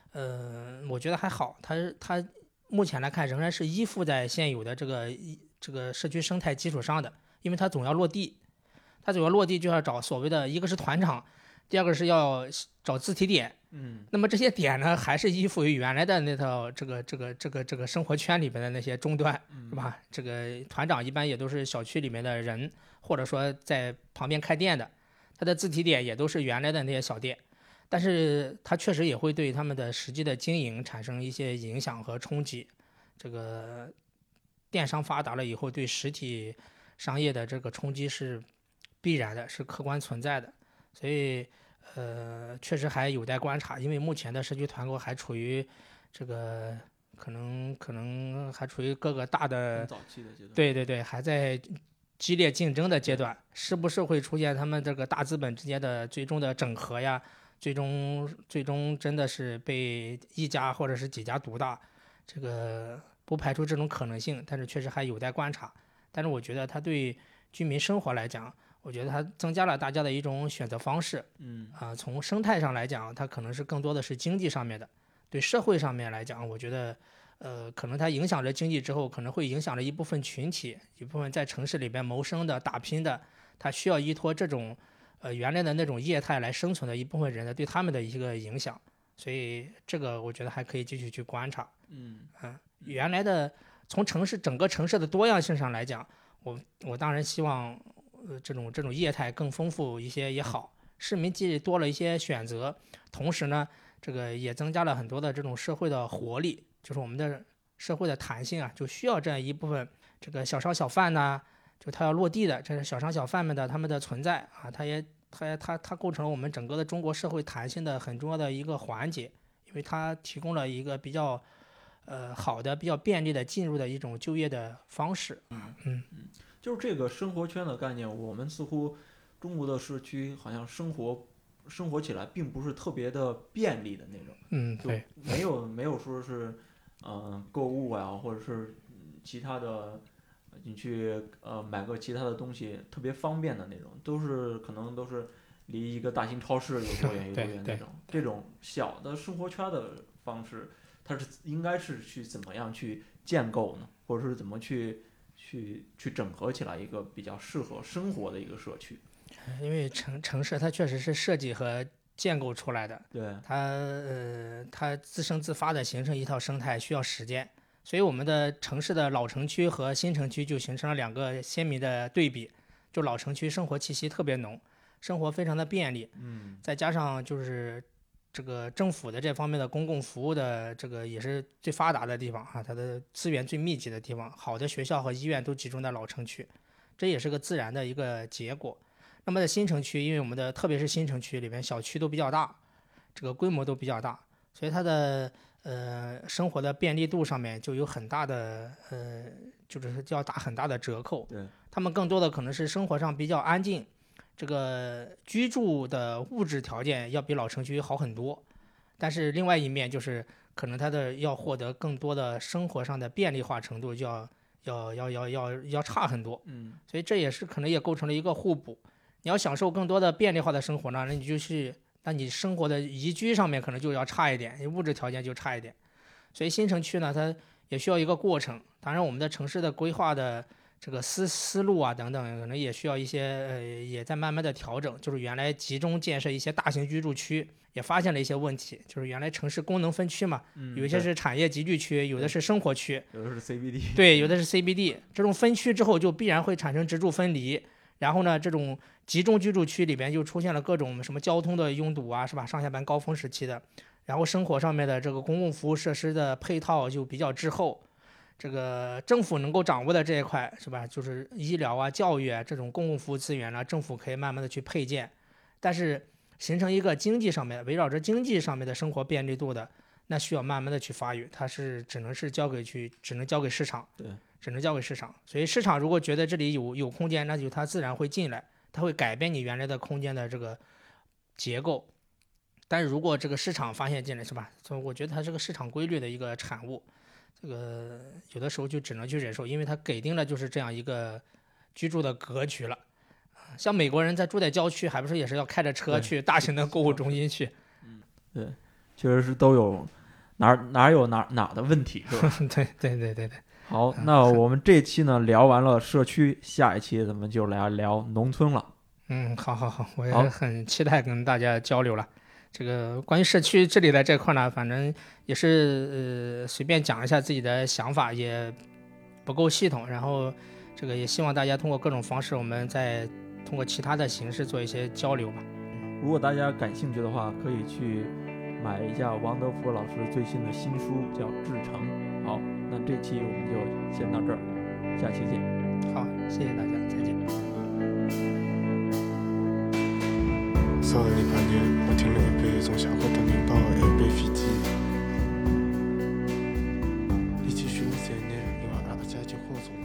呃，我觉得还好，它它目前来看仍然是依附在现有的这个这个社区生态基础上的，因为它总要落地，它总要落地就要找所谓的一个是团场，第二个是要找自提点。 嗯， 那么这些点呢，还是依附于原来的那套这个这个这个这个生活圈里边的那些终端，是吧？这个团长一般也都是小区里面的人，或者说在旁边开店的，他的自提点也都是原来的那些小店，但是它确实也会对他们的实际的经营产生一些影响和冲击。这个电商发达了以后，对实体商业的这个冲击是必然的，是客观存在的，所以。呃，确实还有待观察，因为目前的社区团购还处于这个可能可能还处于各个大的早期的阶段， 对对对，还在激烈竞争的阶段，是不是会出现他们这个大资本之间的最终的整合呀？最终最终真的是被一家或者是几家独大，这个不排除这种可能性，但是确实还有待观察。但是我觉得它对居民生活来讲，我觉得它增加了大家的一种选择方式， 嗯啊、从生态上来讲，它可能是更多的是经济上面的；对社会上面来讲，我觉得，呃，可能它影响着经济之后，可能会影响着一部分群体，一部分在城市里边谋生的、打拼的，他需要依托这种，呃，原来的那种业态来生存的一部分人的对他们的一个影响，所以这个我觉得还可以继续去观察。 嗯嗯，原来的从城市整个城市的多样性上来讲，我我当然希望。呃，这种这种业态更丰富一些也好，市民既多了一些选择，同时呢，这个也增加了很多的这种社会的活力，就是我们的社会的弹性啊，就需要这样一部分这个小商小贩呐，就他要落地的，这是小商小贩们的他们的存在啊，它也它它它构成了我们整个的中国社会弹性的很重要的一个环节，因为它提供了一个比较呃好的、比较便利的进入的一种就业的方式。 嗯嗯嗯，就是这个生活圈的概念，我们似乎中国的社区好像生活生活起来并不是特别的便利的那种， 嗯， 就对， 没有没有说是嗯、呃购物啊，或者是嗯其他的。你去呃买个其他的东西特别方便的那种，都是可能都是离一个大型超市有多远有多远那种。这种小的生活圈的方式，它是应该是去怎么样去建构呢？或者是怎么去去去整合起来一个比较适合生活的一个社区？ 因为城城市它确实是设计和建构出来的， 对， 它呃它自生自发的形成一套生态需要时间。所以我们的城市的老城区和新城区就形成了两个鲜明的对比，就老城区生活气息特别浓，生活非常的便利， 嗯， 再加上就是这个政府的这方面的公共服务的这个也是最发达的地方啊，它的资源最密集的地方，好的学校和医院都集中在老城区，这也是个自然的一个结果。那么在新城区，因为我们的特别是新城区里面小区都比较大，这个规模都比较大，所以它的呃，生活的便利度上面就有很大的呃，就是要打很大的折扣。 对， 他们更多的可能是生活上比较安静，这个居住的物质条件要比老城区好很多。但是另外一面就是可能它的要获得更多的生活上的便利化程度就要要要要要要差很多。 嗯， 所以这也是可能也构成了一个互补。你要享受更多的便利化的生活呢，那你就去。那你生活的宜居上面可能就要差一点，你物质条件就差一点，所以新城区呢，它也需要一个过程。当然，我们的城市的规划的这个思思路啊等等，可能也需要一些呃，也在慢慢的调整。就是原来集中建设一些大型居住区，也发现了一些问题，就是原来城市功能分区嘛， 嗯有一些是产业集聚区，有的是生活区， 有的是 C B D， 对，有的是 C B D。这种分区之后，就必然会产生职住分离。然后呢，这种集中居住区里边就出现了各种什么交通的拥堵啊，是吧？上下班高峰时期的，然后生活上面的这个公共服务设施的配套就比较滞后。这个政府能够掌握的这一块，是吧？就是医疗啊、教育啊这种公共服务资源呢、啊，政府可以慢慢的去配建。但是形成一个经济上面围绕着经济上面的生活便利度的，那需要慢慢的去发育，它是只能是交给去，只能交给市场。 对。 只能交给市场，所以市场如果觉得这里有有空间，那就它自然会进来，它会改变你原来的空间的这个结构。但是如果这个市场发现进来，是吧？所以我觉得它是个市场规律的一个产物，这个有的时候就只能去忍受，因为它给定了就是这样一个居住的格局了。像美国人在住在郊区，还不是也是要开着车去大型的购物中心去？ 嗯，对，确实是都有哪儿哪儿有哪儿哪儿的问题，是吧？ 对对对对对。 好，那我们这期呢聊完了社区，下一期咱们就来聊农村了。 嗯，好好好，我也好很期待跟大家交流了。这个关于社区治理的这块呢，反正也是呃随便讲一下自己的想法，也不够系统。然后这个也希望大家通过各种方式，我们再通过其他的形式做一些交流吧。 如果大家感兴趣的话，可以去买一下王德福老师最新的新书，叫《至诚》。好，那这期我们就先到这儿，下期见。 好，谢谢大家，再见。 上个礼拜日，我听了一杯从小河的领导的一杯飞机。你继续五三年，又要让大家结婚。